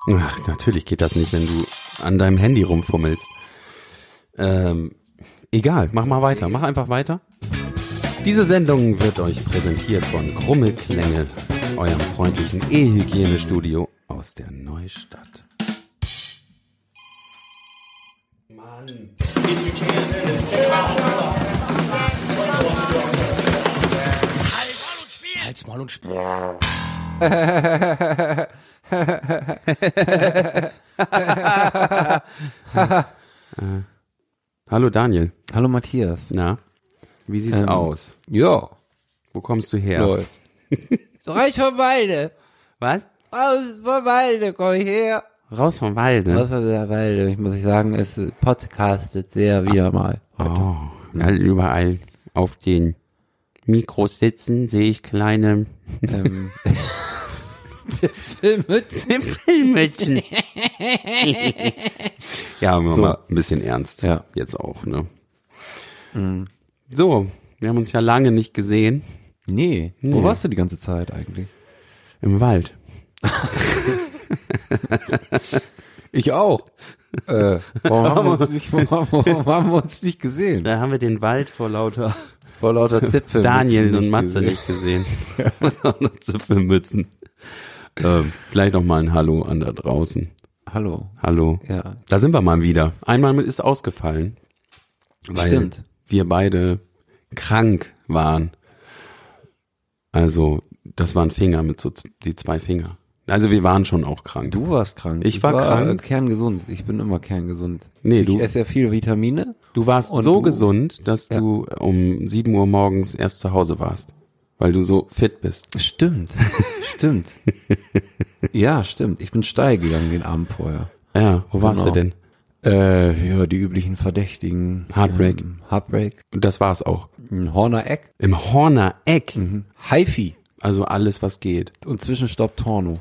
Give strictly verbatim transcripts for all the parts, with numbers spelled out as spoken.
Ach, natürlich geht das nicht, wenn du an deinem Handy rumfummelst. Ähm, egal, mach mal weiter, mach einfach weiter. Diese Sendung wird euch präsentiert von Krumme Klänge, eurem freundlichen E-Hygiene-Studio aus der Neustadt. Mann. Halt's Maul und Spiel. Hallo Daniel. Hallo Matthias. Na, wie sieht's Ähm, aus? Ja. Wo kommst du her? Läuft. Reich vom Walde. Was? Aus vom Walde, komm ich her. Raus vom Walde. Aus vom Walde, ich muss ich sagen, es podcastet sehr wieder mal. Oh, weil überall auf den Mikros sitzen, sehe ich kleine Ähm, Zipfelmützen. Zipfelmützen. Ja, wir So. mal ein bisschen ernst. Ja. Jetzt auch, ne? So, wir haben uns ja lange nicht gesehen. Nee. Nee. Wo warst du die ganze Zeit eigentlich? Im Wald. Ich auch. Äh, warum haben wir uns nicht, warum, warum haben wir uns nicht gesehen? Da haben wir den Wald vor lauter Vor lauter Zipfelmützen. Daniel und nicht Matze gesehen. nicht gesehen. Vor lauter Zipfelmützen. Ähm, vielleicht noch mal ein Hallo an da draußen. Hallo. Hallo. Ja. Da sind wir mal wieder. Einmal ist ausgefallen, weil Stimmt. wir beide krank waren. Also, das waren Finger mit so z- die zwei Finger. Also wir waren schon auch krank. Du warst krank. Ich war krank. Äh, kerngesund. Ich bin immer kerngesund. Nee, ich du- esse ja viel Vitamine. Du warst Und so du- gesund, dass Ja. du um sieben Uhr morgens erst zu Hause warst, weil du so fit bist. Stimmt. Stimmt. Ja, stimmt. Ich bin steil gegangen den Abend vorher. Ja, wo warst Genau. du denn? Äh, ja, die üblichen Verdächtigen. Heartbreak. Ähm, Heartbreak. Und das war's auch. Ein Horner Eck. Im Horner Eck. Mhm. Hi-Fi. Also alles, was geht. Und Zwischenstopp Torno.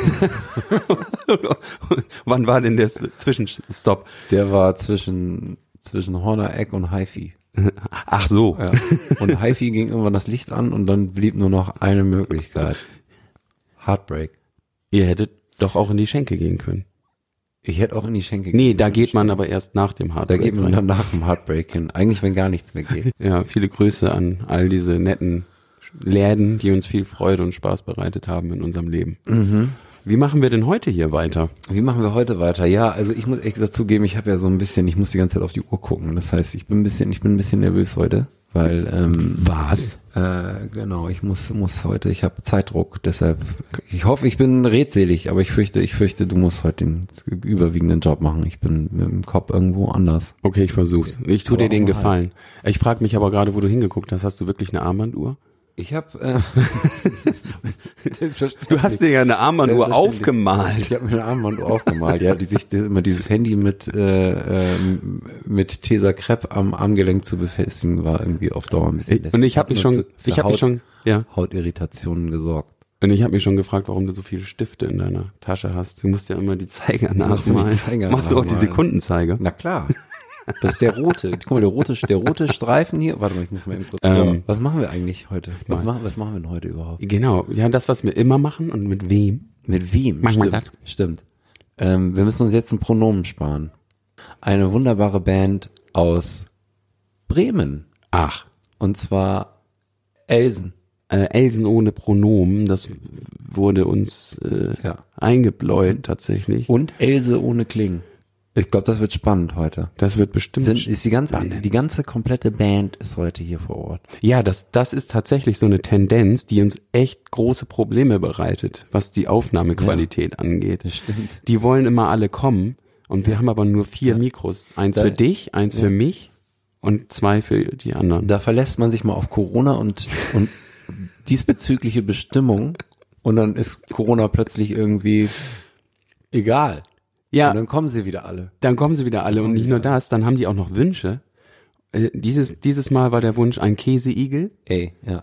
Wann war denn der S- Zwischenstopp? Der war zwischen, zwischen Horner Eck und Hi-Fi. Ach so. Ja. Und Hi-Fi ging irgendwann das Licht an und dann blieb nur noch eine Möglichkeit. Heartbreak. Ihr hättet doch auch in die Schenke gehen können. Ich hätte auch in die Schenke Nee, gehen da können. geht man aber erst nach dem Da Heartbreak geht man rein. dann nach dem Heartbreak hin. Eigentlich, wenn gar nichts mehr geht. Ja, viele Grüße an all diese netten Läden, die uns viel Freude und Spaß bereitet haben in unserem Leben. Mhm. Wie machen wir denn heute hier weiter? Wie machen wir heute weiter? Ja, also ich muss echt dazugeben, ich habe ja so ein bisschen, ich muss die ganze Zeit auf die Uhr gucken. Das heißt, ich bin ein bisschen, ich bin ein bisschen nervös heute, weil ähm, Was? äh, genau, ich muss muss heute, ich habe Zeitdruck, deshalb ich hoffe, ich bin redselig, aber ich fürchte, ich fürchte, du musst heute den überwiegenden Job machen. Ich bin mit dem Kopf irgendwo anders. Okay, ich versuch's. Ich tu Aber dir den auch mal Gefallen. Ich frage mich aber gerade, wo du hingeguckt hast. Hast du wirklich eine Armbanduhr? Ich habe äh, Du hast dir ja eine Armbanduhr Selbstverständlich. aufgemalt. Ich habe mir eine Armbanduhr aufgemalt, ja, die sich die, immer dieses Handy mit äh, äh, mit Tesa Crepe am Armgelenk zu befestigen war irgendwie auf Dauer ein bisschen. Und ich habe mich Hat schon, nur zu- für ich habe mich Haut- schon, ja. Hautirritationen gesorgt. Und ich habe mich schon gefragt, warum du so viele Stifte in deiner Tasche hast. Du musst ja immer die Zeiger musst immer die nachmalen. Zeiger Machst du auch die nachmalen. Sekundenzeiger? Na klar. Das ist der rote. Guck mal, der rote, der rote Streifen hier. Warte mal, ich muss mal eben kurz. Ähm, was machen wir eigentlich heute? Was mal. machen, was machen wir denn heute überhaupt? Genau, ja, das, was wir immer machen und mit wem. Mit wem? Mach mal Stimmt. Stimmt. Ähm, wir müssen uns jetzt ein Pronomen sparen. Eine wunderbare Band aus Bremen. Ach, Und zwar Elsen. äh, Elsen ohne Pronomen, das wurde uns äh, Ja. eingebläut tatsächlich. Und Else ohne Kling. Ich glaube, das wird spannend heute. Das wird bestimmt Sind, ist die ganze, spannend. die ganze komplette Band ist heute hier vor Ort. Ja, das, das ist tatsächlich so eine Tendenz, die uns echt große Probleme bereitet, was die Aufnahmequalität angeht. Das stimmt. Die wollen immer alle kommen und wir haben aber nur vier Mikros. Eins Da- für dich, eins für mich und zwei für die anderen. Da verlässt man sich mal auf Corona und, und diesbezügliche Bestimmungen und dann ist Corona plötzlich irgendwie egal. Ja, Und dann kommen sie wieder alle. dann kommen sie wieder alle und nicht nur das, dann haben die auch noch Wünsche. Äh, Dieses, dieses Mal war der Wunsch ein Käseigel. Ey, ja.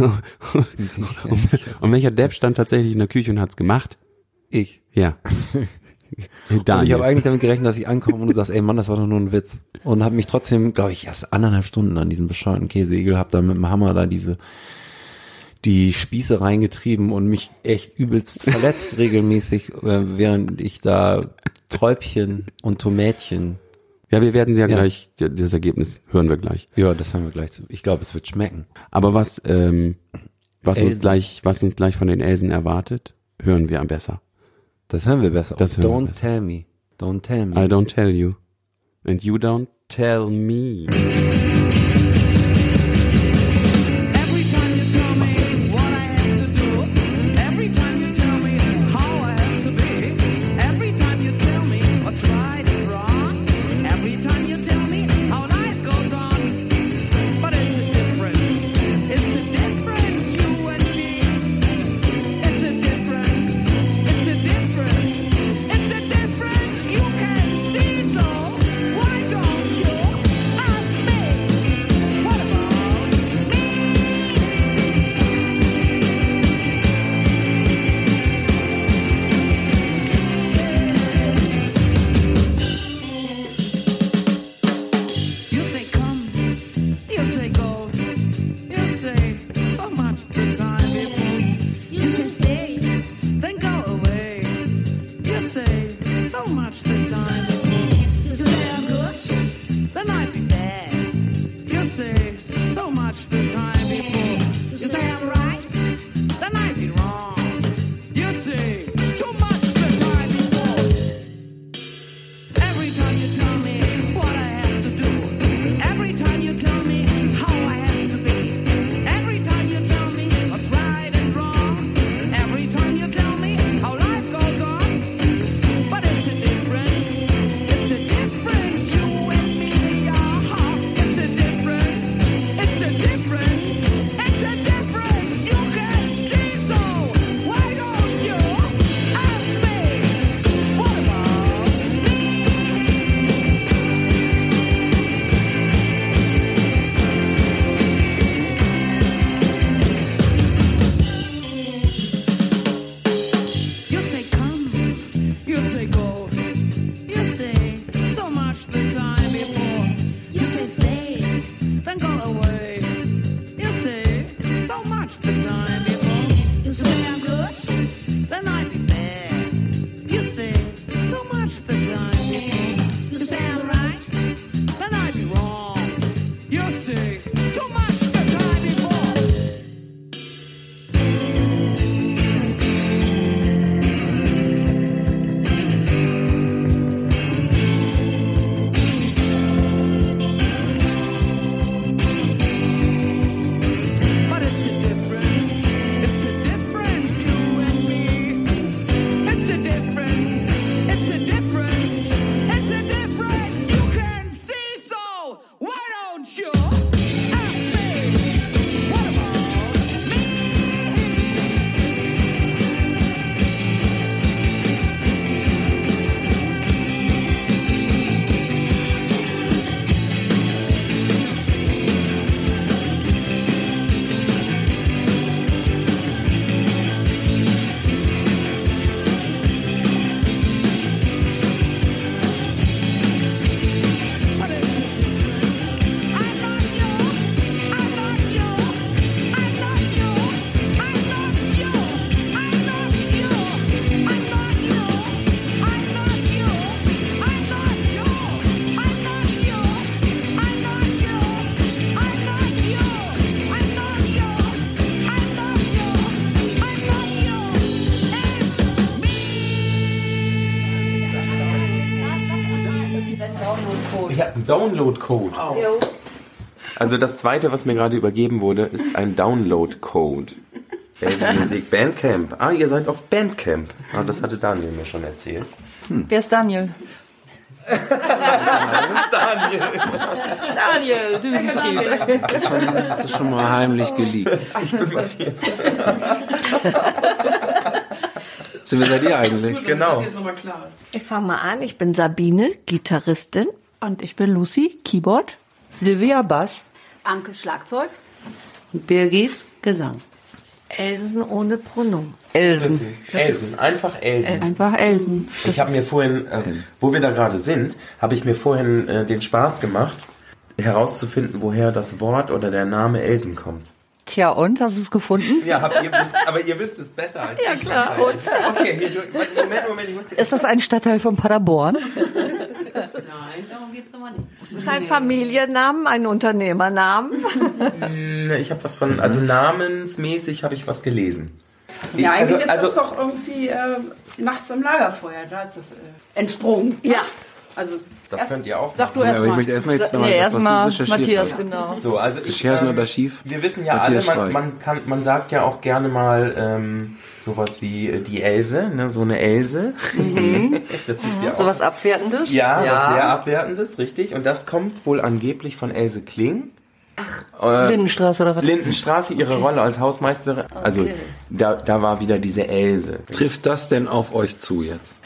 Und welcher Depp stand tatsächlich in der Küche und hat's gemacht? Ich. Ja. Und ich Daniel. habe eigentlich damit gerechnet, dass ich ankomme und du sagst, ey Mann, das war doch nur ein Witz. Und habe mich trotzdem, glaube ich, erst anderthalb Stunden an diesem bescheuerten Käseigel, hab da mit dem Hammer da diese die Spieße reingetrieben und mich echt übelst verletzt regelmäßig, äh, während ich da Träubchen und Tomätchen. Ja, wir werden ja, Ja. gleich, das Ergebnis hören wir gleich. Ja, das haben wir gleich. Ich glaube, es wird schmecken. Aber was, ähm, was uns Elsen. gleich, was uns gleich von den Elsen erwartet, hören wir am besser. Das hören wir besser. Das hören wir Don't besser. tell me. Don't tell me. I don't tell you. And you don't tell me. Every time you tell me what I have to do, every time you tell me how I have to be, every time you tell me what's right and wrong, every time you tell me how life goes on. But it's a different, it's a different you and me. It's a different, it's a different, it's a different you can see. So why don't you ask me? What about You say come, you say go, you say so much the time before. You say stay, then go away. You say so much the time before. You say I'm good, then I'd be bad. You say so much the time before. You say I'm right, then I'd be wrong. You say too much the time before. Every time you tell me what I have to do, every time you tell me how I have to be, every time you tell me what's right and wrong, every time you tell me how life goes on. But it's a different, it's a different you and me, uh-huh. It's a different, it's a different, it's a different you can see. So why don't you ask me? What about You say come, you say go, you say so much the time before. You say stay, then go away. You say so much the time before. You say I'm good, then I'd be bad. You say so much the time before. You say I'm right, then I'd be wrong. You say too much the time before. But it's a different, it's a different you and me. It's a different, it's a different, it's a different you can see. So why don't you ask me? What about me? But it's a different. I'm not you. I'm not you. I'm not you. I'm not you. I'm not you. I'm not you. I'm not you. I'm not you. I'm not you. I'm not you. I'm not you. I'm not you. I'm not you. I'm not you. It's me. Ich habe einen Download-Code. Also das zweite, was mir gerade übergeben wurde, ist ein Download-Code. Elsen Musik Bandcamp. Ah, ihr seid auf Bandcamp. Ah, das hatte Daniel mir schon erzählt. Wer ist Daniel? Daniel. Daniel, Düsentrieb. Das schon, das schon mal heimlich geleakt. Ich bin Matthias. Sind wir bei dir eigentlich? Genau. Ich fange mal an. Ich bin Sabine, Gitarristin. Und ich bin Lucy, Keyboard. Silvia Bass, Anke Schlagzeug. Birgit Gesang. Elsen ohne Pronomen. Elsen. Elsen, einfach Elsen. Einfach Elsen. Ich habe mir vorhin, äh, wo wir da gerade sind, habe ich mir vorhin äh, den Spaß gemacht, herauszufinden, woher das Wort oder der Name Elsen kommt. Tja, und? Hast du es gefunden? Ja, habt ihr wisst, aber ihr wisst es besser als Ja, ich. klar. Und? Okay, hier, du- Moment, Moment. Ich muss Ist das ein Stadtteil von Paderborn? Nein, darum geht's aber nicht. Das ist ein Familiennamen, ein Unternehmernamen. Ne, ich habe was von, also namensmäßig habe ich was gelesen. Ja, eigentlich Also- ist also- das doch irgendwie äh, nachts am Lagerfeuer, da ist das äh, entsprungen. Ja. Also, Das erst, könnt ihr auch sag du Ja, erst aber ich mal. möchte erstmal jetzt nochmal Nee, das, was du erstmal recherchiert Matthias, hast. genau. So, also ich, Recherchen oder schief? Wir wissen ja Matthias alle, man, Streich. man, kann, man sagt ja auch gerne mal ähm, sowas wie äh, die Else, ne, so eine Else. Das wisst ihr auch. So was Abwertendes? Ja, was sehr Abwertendes, richtig. Und das kommt wohl angeblich von Else Kling. Ach, Lindenstraße oder was? Lindenstraße, ihre Rolle als Hausmeisterin. Also da, da war wieder diese Else. Trifft das denn auf euch zu jetzt?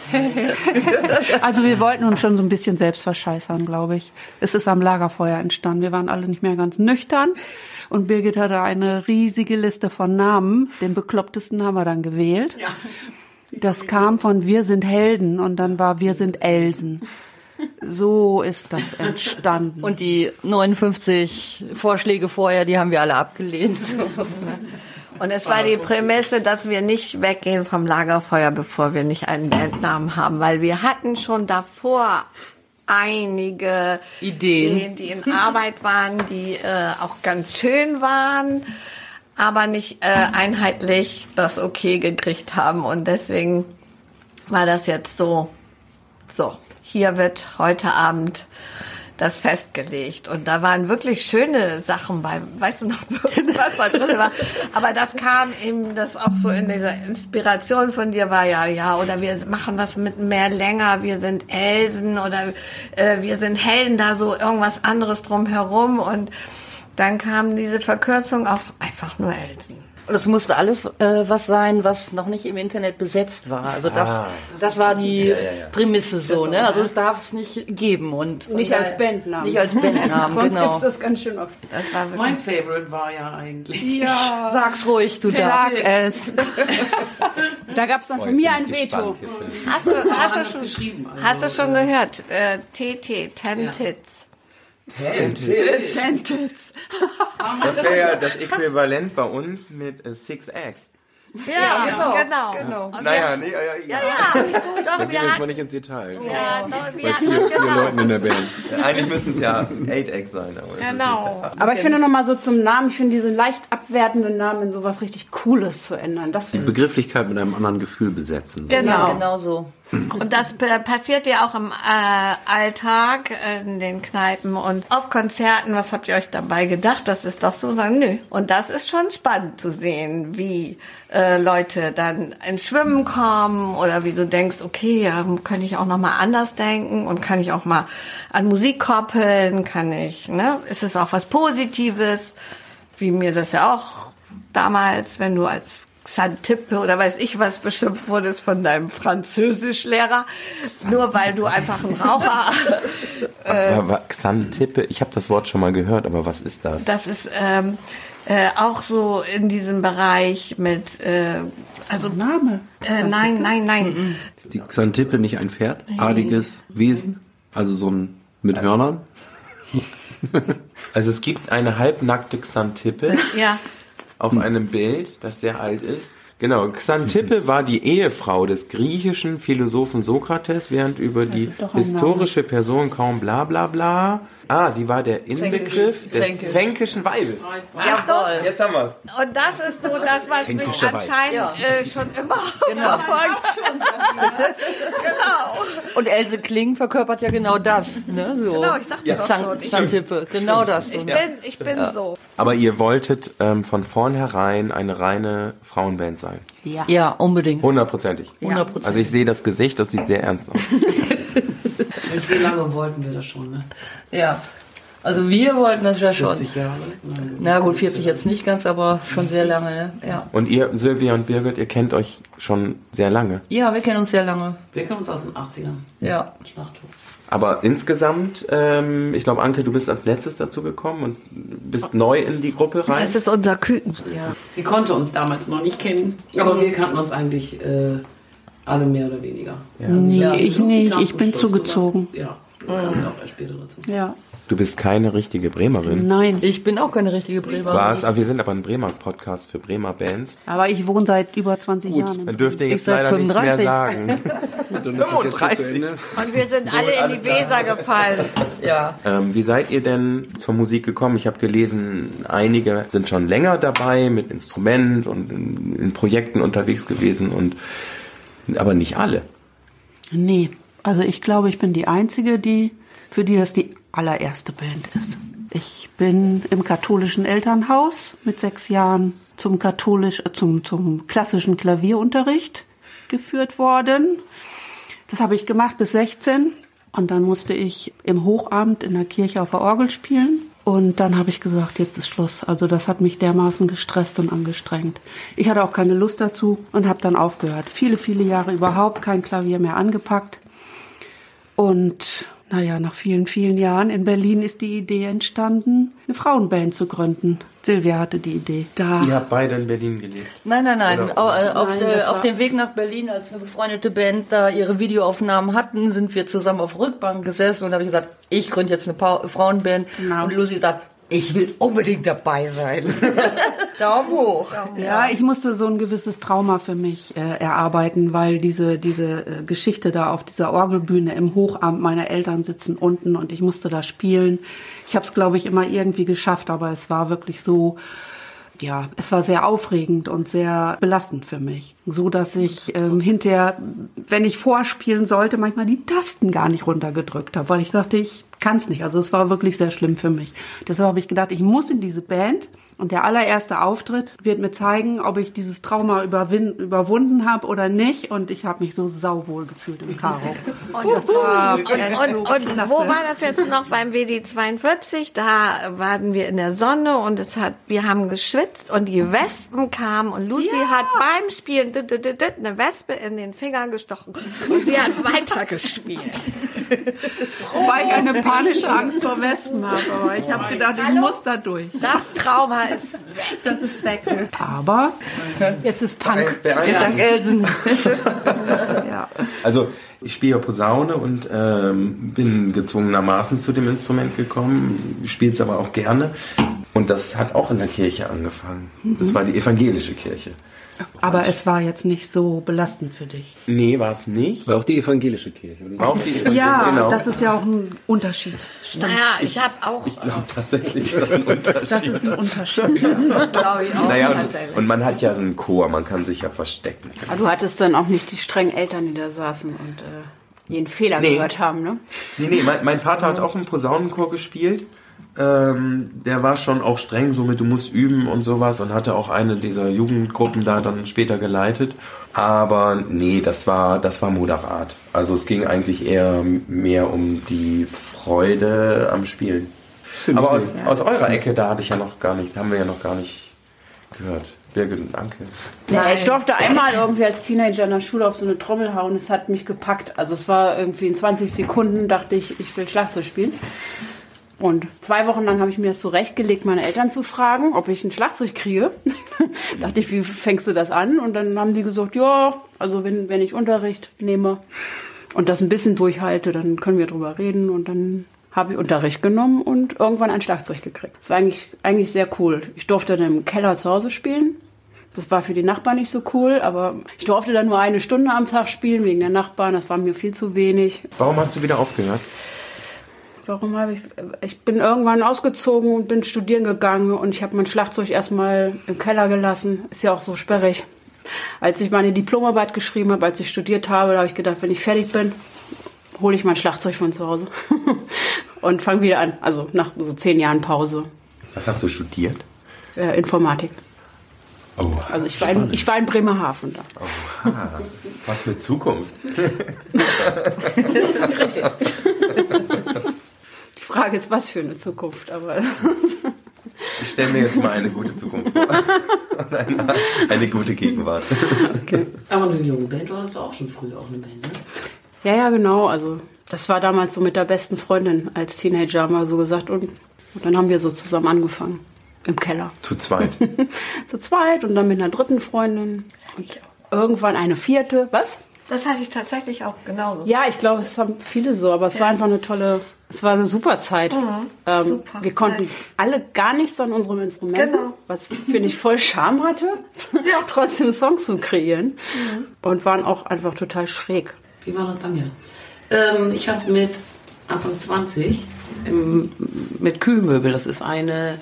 Also wir wollten uns schon so ein bisschen selbst verscheißern, glaube ich. Es ist am Lagerfeuer entstanden. Wir waren alle nicht mehr ganz nüchtern. Und Birgit hatte eine riesige Liste von Namen. Den beklopptesten haben wir dann gewählt. Das kam von Wir sind Helden und dann war Wir sind Elsen. So ist das entstanden. Und die neunundfünfzig Vorschläge vorher, die haben wir alle abgelehnt. Und es war die Prämisse, dass wir nicht weggehen vom Lagerfeuer, bevor wir nicht einen Bandnamen haben, weil wir hatten schon davor einige Ideen. Ideen, die in Arbeit waren, die äh, auch ganz schön waren, aber nicht äh, einheitlich das Okay gekriegt haben. Und deswegen war das jetzt so, so, hier wird heute Abend das festgelegt. Und da waren wirklich schöne Sachen bei. Weißt du noch, was da drin war? Aber das kam eben, das auch so in dieser Inspiration von dir war, ja, ja, oder wir machen was mit mehr länger, wir sind Elsen oder äh, wir sind Helden, da so irgendwas anderes drumherum. Und dann kam diese Verkürzung auf einfach nur Elsen. Und es musste alles äh, was sein, was noch nicht im Internet besetzt war. Also das, das war die Prämisse so, ne? Also es darf es nicht geben und von Nicht daher- als Bandnamen. Nicht als Bandnamen, Sonst genau. gibt's das ganz schön oft. Das war wirklich Mein Favorite war ja eigentlich. Sag's ruhig, du darfst. Sag es. Da gab's dann Oh, von jetzt mir bin ein ich Veto. gespannt. Jetzt bin ich- Hast du, hast Alles du schon, geschrieben. Also, hast du schon gehört? Äh, T T, Ten Tits. Das wäre ja das Äquivalent bei uns mit äh, Six Eggs. Ja, genau. genau. Naja, nee, ja, ja, Ja, ja, du, doch, Dann wir gehen wir jetzt hatten, mal nicht ins Detail. ja, doch, wir Bei hatten, vier, vier genau. Leuten in der Band. Eigentlich müssten es ja Eight Eggs sein, aber es ist Genau. nicht der Fall. Aber ich finde nochmal so zum Namen, ich finde diese leicht abwertenden Namen in sowas richtig Cooles zu ändern. Das Die Begrifflichkeit mit einem anderen Gefühl besetzen. So. Genau. Genau so. Und das p- passiert ja auch im äh, Alltag, äh, in den Kneipen und auf Konzerten. Was habt ihr euch dabei gedacht? Das ist doch so, sagen, nö. Und das ist schon spannend zu sehen, wie äh, Leute dann ins Schwimmen kommen oder wie du denkst, okay, ja, kann ich auch noch mal anders denken und kann ich auch mal an Musik koppeln, kann ich, ne? Ist es auch was Positives, wie mir das ja auch damals, wenn du als Xantippe oder weiß ich was beschimpft wurdest von deinem Französischlehrer, nur weil du einfach ein Raucher. Aber Xantippe, ich habe das Wort schon mal gehört, aber was ist das? Das ist ähm, äh, auch so in diesem Bereich mit, äh, also Name. äh, nein, nein, nein. Ist die Xantippe nicht ein pferdartiges Wesen? Also so ein mit Hörnern? Also es gibt eine halbnackte Xantippe Ja, auf einem Bild, das sehr alt ist. Genau, Xantippe war die Ehefrau des griechischen Philosophen Sokrates, während über die doch ein historische Person kaum bla bla bla. Ah, sie war der Inbegriff des Zänkisch. zänkischen Weibes. Jawohl. Jetzt haben wir's. und das ist so das, was mich Zänkische Weib. anscheinend Ja. äh, schon immer verfolgt hat. Genau. Und Else Kling verkörpert ja genau das, ne? So. Genau, ich dachte doch Zang- schon. Ich, Xantippe, genau das. ich bin, ich bin so. Aber ihr wolltet ähm, von vornherein eine reine Frauenband sein. Ja. Ja, unbedingt. Hundertprozentig. hundert Prozent. Also ich sehe das Gesicht, das sieht sehr ernst aus. Wie lange wollten wir das schon, ne? Ja. Also wir wollten das ja schon. vierzig Jahre? Nein. Na gut, vierzig jetzt nicht ganz, aber schon sehr lange, ne? Ja. Und ihr, Sylvia und Birgit, ihr kennt euch schon sehr lange. Ja, wir kennen uns sehr lange. Wir kennen uns aus den achtzigern. Ja. Schlachthof. Aber insgesamt, ähm, ich glaube, Anke, du bist als letztes dazu gekommen und bist neu in die Gruppe rein. Das ist unser Küken. Ja. Sie konnte uns damals noch nicht kennen, aber wir kannten uns eigentlich äh, alle mehr oder weniger. Ja. Nee, Ja, ich Lucy nicht. kam Ich zum bin Schluss, du zugezogen. warst- Ja, du kamst auch erst später dazu. Ja. Du bist keine richtige Bremerin. Nein. Ich bin auch keine richtige Bremerin. Was? Aber wir sind aber ein Bremer Podcast für Bremer Bands. Aber ich wohne seit über zwanzig Gut, Jahren. dann dürft ihr jetzt seit leider nichts mehr fünfunddreißig. sagen. fünfunddreißig. Und wir sind alle in die Weser gefallen. Ja. Ähm, wie seid ihr denn zur Musik gekommen? Ich habe gelesen, einige sind schon länger dabei mit Instrument und in, in Projekten unterwegs gewesen, und aber nicht alle. Nee, also ich glaube, ich bin die Einzige, die für die das die allererste Band ist. Ich bin im katholischen Elternhaus mit sechs Jahren zum katholisch, äh, zum, zum klassischen Klavierunterricht geführt worden. Das habe ich gemacht bis sechzehn, und dann musste ich im Hochabend in der Kirche auf der Orgel spielen. Und dann habe ich gesagt, jetzt ist Schluss. Also das hat mich dermaßen gestresst und angestrengt. Ich hatte auch keine Lust dazu und habe dann aufgehört. Viele, viele Jahre überhaupt kein Klavier mehr angepackt. Und naja, nach vielen, vielen Jahren in Berlin ist die Idee entstanden, eine Frauenband zu gründen. Silvia hatte die Idee. Da Ihr habt beide in Berlin gelebt. Nein, nein, nein. Oder- Au- äh, auf, Nein, äh, das auf war- dem Weg nach Berlin, als eine befreundete Band da ihre Videoaufnahmen hatten, sind wir zusammen auf Rückbank gesessen, und da habe ich gesagt, ich gründe jetzt eine Pa- Frauenband. Genau. Und Lucy sagt, ich will unbedingt dabei sein. Daumen hoch. Ja, ich musste so ein gewisses Trauma für mich äh, erarbeiten, weil diese diese äh, Geschichte da auf dieser Orgelbühne im Hochamt, meine Eltern sitzen unten und ich musste da spielen. Ich habe es, glaube ich, immer irgendwie geschafft, aber es war wirklich so, ja, es war sehr aufregend und sehr belastend für mich. So, dass ich ähm, hinterher, wenn ich vorspielen sollte, manchmal die Tasten gar nicht runtergedrückt habe, weil ich dachte, ich kann es nicht. Also es war wirklich sehr schlimm für mich. Deshalb habe ich gedacht, ich muss in diese Band. Und der allererste Auftritt wird mir zeigen, ob ich dieses Trauma überwin- überwunden habe oder nicht. Und ich habe mich so sauwohl gefühlt im Karo. Und, das war und, echt und, so und klasse. wo war das jetzt noch beim W D zweiundvierzig? Da waren wir in der Sonne und es hat, wir haben geschwitzt und die Wespen kamen und Lucy Ja. hat beim Spielen dit, dit, dit, dit, eine Wespe in den Finger gestochen und sie hat weitergespielt. Wobei ich eine panische Angst vor Wespen habe. Aber ich habe gedacht, ich muss da durch. Das Trauma ist weg. Das ist weg. Aber Jetzt ist Punk. Dank Elsen. ja. Also ich spiele ja Posaune und ähm, bin gezwungenermaßen zu dem Instrument gekommen, spiele es aber auch gerne. Und das hat auch in der Kirche angefangen. Das war die evangelische Kirche. Aber es war jetzt nicht so belastend für dich. Nee, war es nicht. War auch die evangelische Kirche. War auch die evangelische, Ja, genau. das ist ja auch ein Unterschied. Naja, ich habe auch, Ich glaube tatsächlich, ist das ein Unterschied. Das ist ein Unterschied. glaube ich, auch Naja, tatsächlich. und, und man hat ja so einen Chor, man kann sich ja verstecken. Aber du hattest dann auch nicht die strengen Eltern, die da saßen und äh, jeden Fehler Nee. gehört haben, ne? Nee, nee, mein, mein Vater hat auch im Posaunenchor gespielt. Ähm, der war schon auch streng, so mit du musst üben und sowas, und hatte auch eine dieser Jugendgruppen da dann später geleitet. Aber nee, das war, das war moderat. Also es ging eigentlich eher mehr um die Freude am Spielen. Aber aus, aus eurer Ecke, da habe ich ja noch gar nicht, haben wir ja noch gar nicht gehört. Birgit, danke. Ja, ich durfte einmal irgendwie als Teenager in der Schule auf so eine Trommel hauen. Es hat mich gepackt. Also es war irgendwie in zwanzig Sekunden, dachte ich, ich will Schlagzeug spielen. Und zwei Wochen lang habe ich mir das zurechtgelegt, meine Eltern zu fragen, ob ich ein Schlagzeug kriege. Dachte ich, wie fängst du das an? Und dann haben die gesagt, ja, also wenn, wenn ich Unterricht nehme und das ein bisschen durchhalte, dann können wir drüber reden. Und dann habe ich Unterricht genommen und irgendwann ein Schlagzeug gekriegt. Das war eigentlich, eigentlich sehr cool. Ich durfte dann im Keller zu Hause spielen. Das war für die Nachbarn nicht so cool, aber ich durfte dann nur eine Stunde am Tag spielen wegen der Nachbarn. Das war mir viel zu wenig. Warum hast du wieder aufgehört? Warum habe ich... Ich bin irgendwann ausgezogen und bin studieren gegangen und ich habe mein Schlagzeug erstmal im Keller gelassen. Ist ja auch so sperrig. Als ich meine Diplomarbeit geschrieben habe, als ich studiert habe, da habe ich gedacht, wenn ich fertig bin, hole ich mein Schlagzeug von zu Hause und fange wieder an. Also nach so zehn Jahren Pause. Was hast du studiert? Äh, Informatik. Oh, Also ich war, in, ich war in Bremerhaven da. Aha. Was mit Zukunft? Richtig. Die Frage ist, was für eine Zukunft, aber Ich stelle mir jetzt mal eine gute Zukunft vor. Und eine, eine gute Gegenwart. Aber eine junge Band war das doch auch schon früher auch eine Band, ne? ja, ja, genau. Also das war damals so mit der besten Freundin als Teenager, haben wir so gesagt. Und, und dann haben wir so zusammen angefangen im Keller. Zu zweit. Zu zweit und dann mit einer dritten Freundin. Und irgendwann eine vierte. Was? Das hatte ich tatsächlich auch genauso. Ja, ich glaube, es haben viele so, aber es ja. war einfach eine tolle, es war eine super Zeit. Mhm, ähm, super wir konnten Zeit. alle gar nichts an unserem Instrument, genau. was, finde ich, voll Charme hatte, ja. trotzdem Songs zu kreieren mhm. und waren auch einfach total schräg. Wie war das bei mir? Ähm, ich habe mit Anfang zwanzig im, mit Kühlmöbel, das ist eine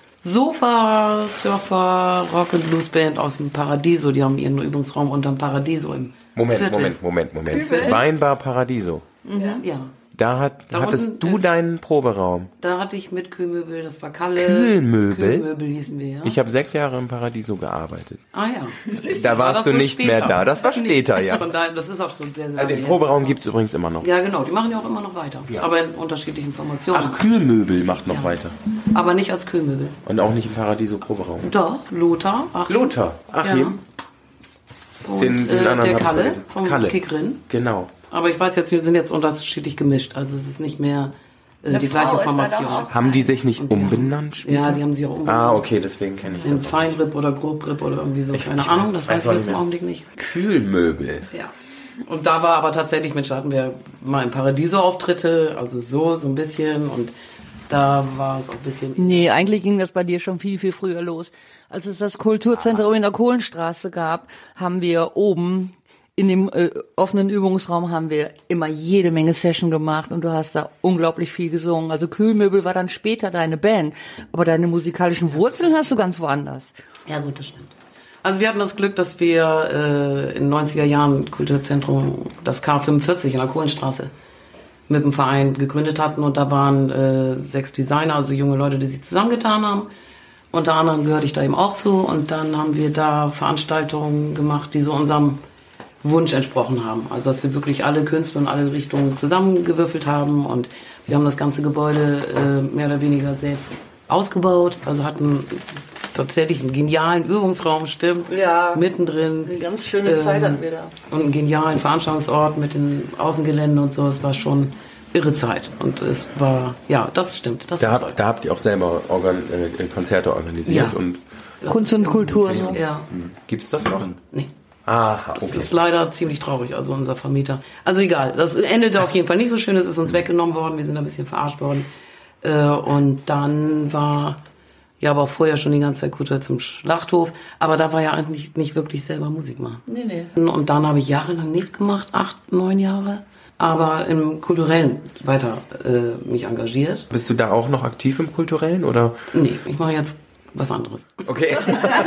Sofa, Surfer, Rock and Blues Band aus dem Paradiso, die haben ihren Übungsraum unterm Paradiso im Moment, Viertel. Moment, Moment, Moment, Moment. Weinbar Paradiso. Mhm. Ja. Da, hat, da hattest du deinen Proberaum. Da hatte ich mit Kühlmöbel, das war Kalle. Kühlmöbel? Kühlmöbel hießen wir, ja. Ich habe sechs Jahre im Paradiso gearbeitet. Ah ja. Da warst du nicht später. mehr da, das war später, ja. Von daher, das ist auch schon sehr, sehr Also den Proberaum gibt's übrigens immer noch. Ja genau, die machen ja auch immer noch weiter. Ja. Aber in unterschiedlichen Formationen. Ach, Kühlmöbel macht noch ja. weiter. Aber nicht als Kühlmöbel. Und auch nicht im Paradiso Proberaum. Doch, Lothar. Achim. Lothar, Achim. Ja. Und den, den äh, der Kalle vom Kalle. Kickrin. Genau. Aber ich weiß jetzt, wir sind jetzt unterschiedlich gemischt. Also es ist nicht mehr äh, die gleiche Formation. Haben die sich nicht umbenannt später? Ja, die haben sich auch umbenannt. Ah, okay, deswegen kenne ich in das. Feinripp oder Grobripp oder irgendwie so. Ich, Keine ich Ahnung, weiß, das weiß ich jetzt im Augenblick nicht. Kühlmöbel. Ja. Und da war aber tatsächlich, Mensch, da hatten wir mal im Paradiso-Auftritte, also so, so ein bisschen. Und da war es auch ein bisschen... Nee, eigentlich ging das bei dir schon viel, viel früher los. Als es das Kulturzentrum ah. in der Kohlenstraße gab, haben wir oben... In dem äh, offenen Übungsraum haben wir immer jede Menge Session gemacht und du hast da unglaublich viel gesungen. Also Kühlmöbel war dann später deine Band, aber deine musikalischen Wurzeln hast du ganz woanders. Ja gut, das stimmt. Also wir hatten das Glück, dass wir äh, in den neunziger Jahren Kulturzentrum, das K fünfundvierzig in der Kohlenstraße, mit dem Verein gegründet hatten und da waren äh, sechs Designer, also junge Leute, die sich zusammengetan haben. Unter anderem gehörte ich da eben auch zu und dann haben wir da Veranstaltungen gemacht, die so unserem Wunsch entsprochen haben. Also dass wir wirklich alle Künstler in alle Richtungen zusammengewürfelt haben und wir haben das ganze Gebäude äh, mehr oder weniger selbst ausgebaut. Also hatten tatsächlich einen genialen Übungsraum, stimmt, ja, mittendrin. Eine ganz schöne ähm, Zeit hatten wir da. Und einen genialen Veranstaltungsort mit den Außengeländen und so. Es war schon irre Zeit. Und es war, ja, das stimmt. Das da, hab, da habt ihr auch selber organ, äh, Konzerte organisiert. Ja. Und Kunst und Kultur. Ja. So. Ja. Gibt's das noch? Nee. Aha, okay. Das ist leider ziemlich traurig, also unser Vermieter. Also egal, das endete auf jeden Fall nicht so schön, es ist uns weggenommen worden, wir sind ein bisschen verarscht worden. Und dann war, ja, aber vorher schon die ganze Zeit Kultur zum Schlachthof, aber da war ja eigentlich nicht wirklich selber Musik machen. Nee, nee. Und dann habe ich jahrelang nichts gemacht, acht, neun Jahre, aber im Kulturellen weiter äh, mich engagiert. Bist du da auch noch aktiv im Kulturellen, oder? Nee, ich mache jetzt was anderes. Okay.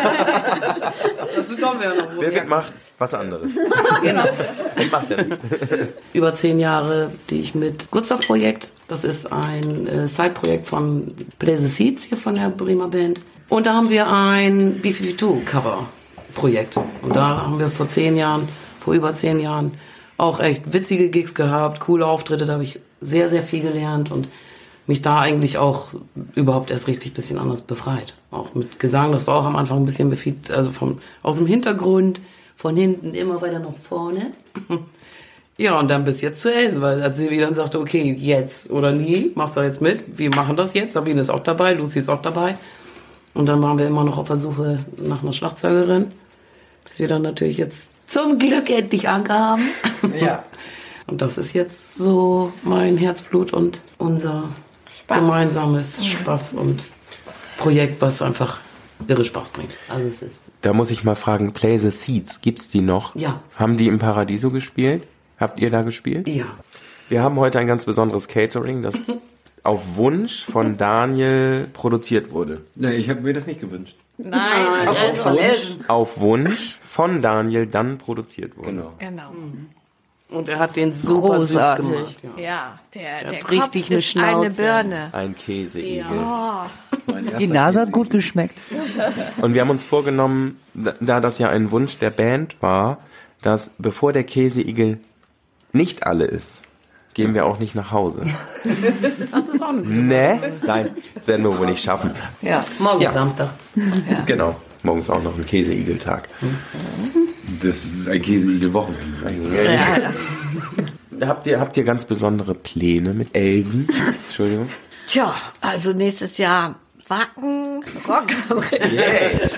Dazu kommen wir ja noch. Birgit macht was anderes. Genau. Ich mach ja nichts. Über zehn Jahre, die ich mit Gustav-Projekt, das ist ein äh, Side-Projekt von Play the Seeds hier von der Bremer Band. Und da haben wir ein B zweiundfünfzig Cover-Projekt. Und da haben wir vor zehn Jahren, vor über zehn Jahren auch echt witzige Gigs gehabt, coole Auftritte, da habe ich sehr, sehr viel gelernt und mich da eigentlich auch überhaupt erst richtig ein bisschen anders befreit. Auch mit Gesang, das war auch am Anfang ein bisschen befiet, also vom, aus dem Hintergrund, von hinten immer weiter nach vorne. Ja, und dann bis jetzt zu Else, weil als Silvi dann sagte, okay, jetzt oder nie, machst du jetzt mit, wir machen das jetzt, Sabine ist auch dabei, Lucy ist auch dabei. Und dann waren wir immer noch auf der Suche nach einer Schlagzeugerin, bis wir dann natürlich jetzt zum Glück endlich Anke haben. Ja. Und das ist jetzt so mein Herzblut und unser Spaß. Gemeinsames Spaß und Projekt, was einfach irre Spaß bringt. Also es ist. Da muss ich mal fragen, Play the Seeds, gibt's die noch? Ja. Haben die im Paradiso gespielt? Habt ihr da gespielt? Ja. Wir haben heute ein ganz besonderes Catering, das auf Wunsch von Daniel produziert wurde. Nee, ich habe mir das nicht gewünscht. Nein, Nein auf, also auf, Wunsch, auf Wunsch von Daniel dann produziert wurde. Genau. Genau. Und er hat den super süß gemacht. Ja, ja der, der, der hat Kopf richtig eine ist Schnauze. eine Birne. Ein Käseigel. Ja. Die Nase hat gut geschmeckt. Und wir haben uns vorgenommen, da das ja ein Wunsch der Band war, dass bevor der Käseigel nicht alle ist, gehen wir auch nicht nach Hause. Das ist auch eine gute Ne? Nein, das werden wir wohl nicht schaffen. Ja, morgen ja. Samstag. Ja. Genau, morgen ist auch noch ein Käseigeltag. Das ist ein Käseigel-Wochenende. Also, ja. habt, ihr, habt ihr ganz besondere Pläne mit Elsen? Entschuldigung. Tja, also nächstes Jahr Wacken, Rock am Ring. Yeah.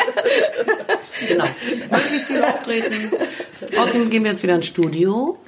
Genau. Möglichst viel auftreten. Außerdem gehen wir jetzt wieder ins Studio.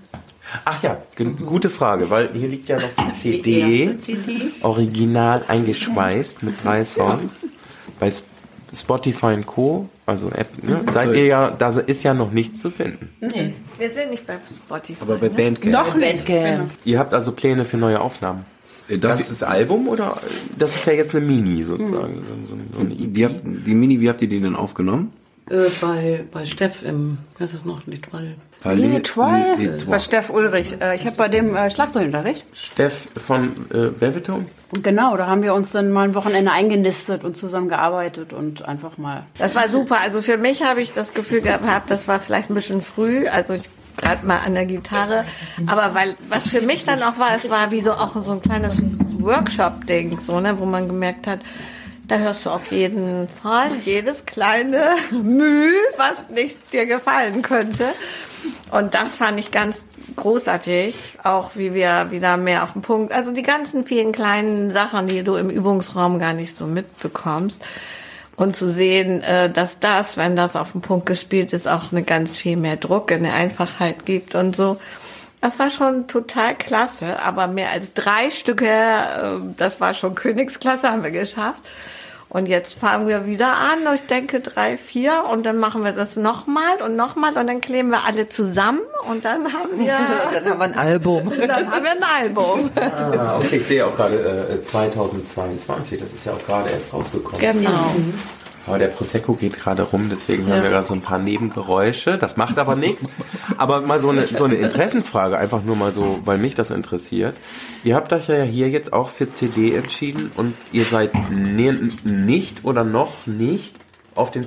Ach ja, g- gute Frage, weil hier liegt ja noch die C D, Die erste C D. original eingeschweißt mit drei Songs. Bei S- Spotify und Co., also App, ne, seid ihr ja, da ist ja noch nichts zu finden. Nee, wir sind nicht bei Spotify. Aber bei ne? Bandcamp. Noch nicht. Bandcamp. Ihr habt also Pläne für neue Aufnahmen? Das, Das ist das Album oder das ist ja jetzt eine Mini sozusagen? So, so eine E P. die, habt, die Mini, wie habt ihr die denn aufgenommen? Äh, bei, bei Steff im, was ist das noch, Litwall. Nee, Troy. Nee, Bei Steff Ulrich. Äh, Ich habe bei dem äh, Schlagzeugunterricht. Steff von äh, Velvetone? Und genau, da haben wir uns dann mal ein Wochenende eingenistet und zusammen gearbeitet und einfach mal. Das war super. Also für mich habe ich das Gefühl gehabt, das war vielleicht ein bisschen früh. Also ich gerade mal an der Gitarre. Aber weil, was für mich dann auch war, es war wie so auch so ein kleines Workshop-Ding, so, ne, wo man gemerkt hat, da hörst du auf jeden Fall jedes kleine Müh, was nicht dir gefallen könnte. Und das fand ich ganz großartig, auch wie wir wieder mehr auf den Punkt, also die ganzen vielen kleinen Sachen, die du im Übungsraum gar nicht so mitbekommst. Und zu sehen, dass das, wenn das auf den Punkt gespielt ist, auch eine ganz viel mehr Druck in der Einfachheit gibt und so. Das war schon total klasse, aber mehr als drei Stücke, das war schon Königsklasse, haben wir geschafft. Und jetzt fangen wir wieder an, ich denke drei, vier und dann machen wir das nochmal und nochmal und dann kleben wir alle zusammen und dann haben wir, Dann haben wir ein Album. dann haben wir ein Album. Ah, okay, ich sehe auch gerade äh, zweitausendzweiundzwanzig, das ist ja auch gerade erst rausgekommen. Genau. Aber der Prosecco geht gerade rum, deswegen hören wir gerade so ein paar Nebengeräusche. Das macht aber nichts. Aber mal so eine, so eine Interessensfrage, einfach nur mal so, weil mich das interessiert. Ihr habt euch ja hier jetzt auch für C D entschieden und ihr seid ne- nicht oder noch nicht auf den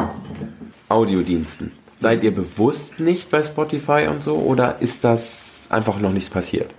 Streaming-Audiodiensten. Seid ihr bewusst nicht bei Spotify und so oder ist das einfach noch nichts passiert?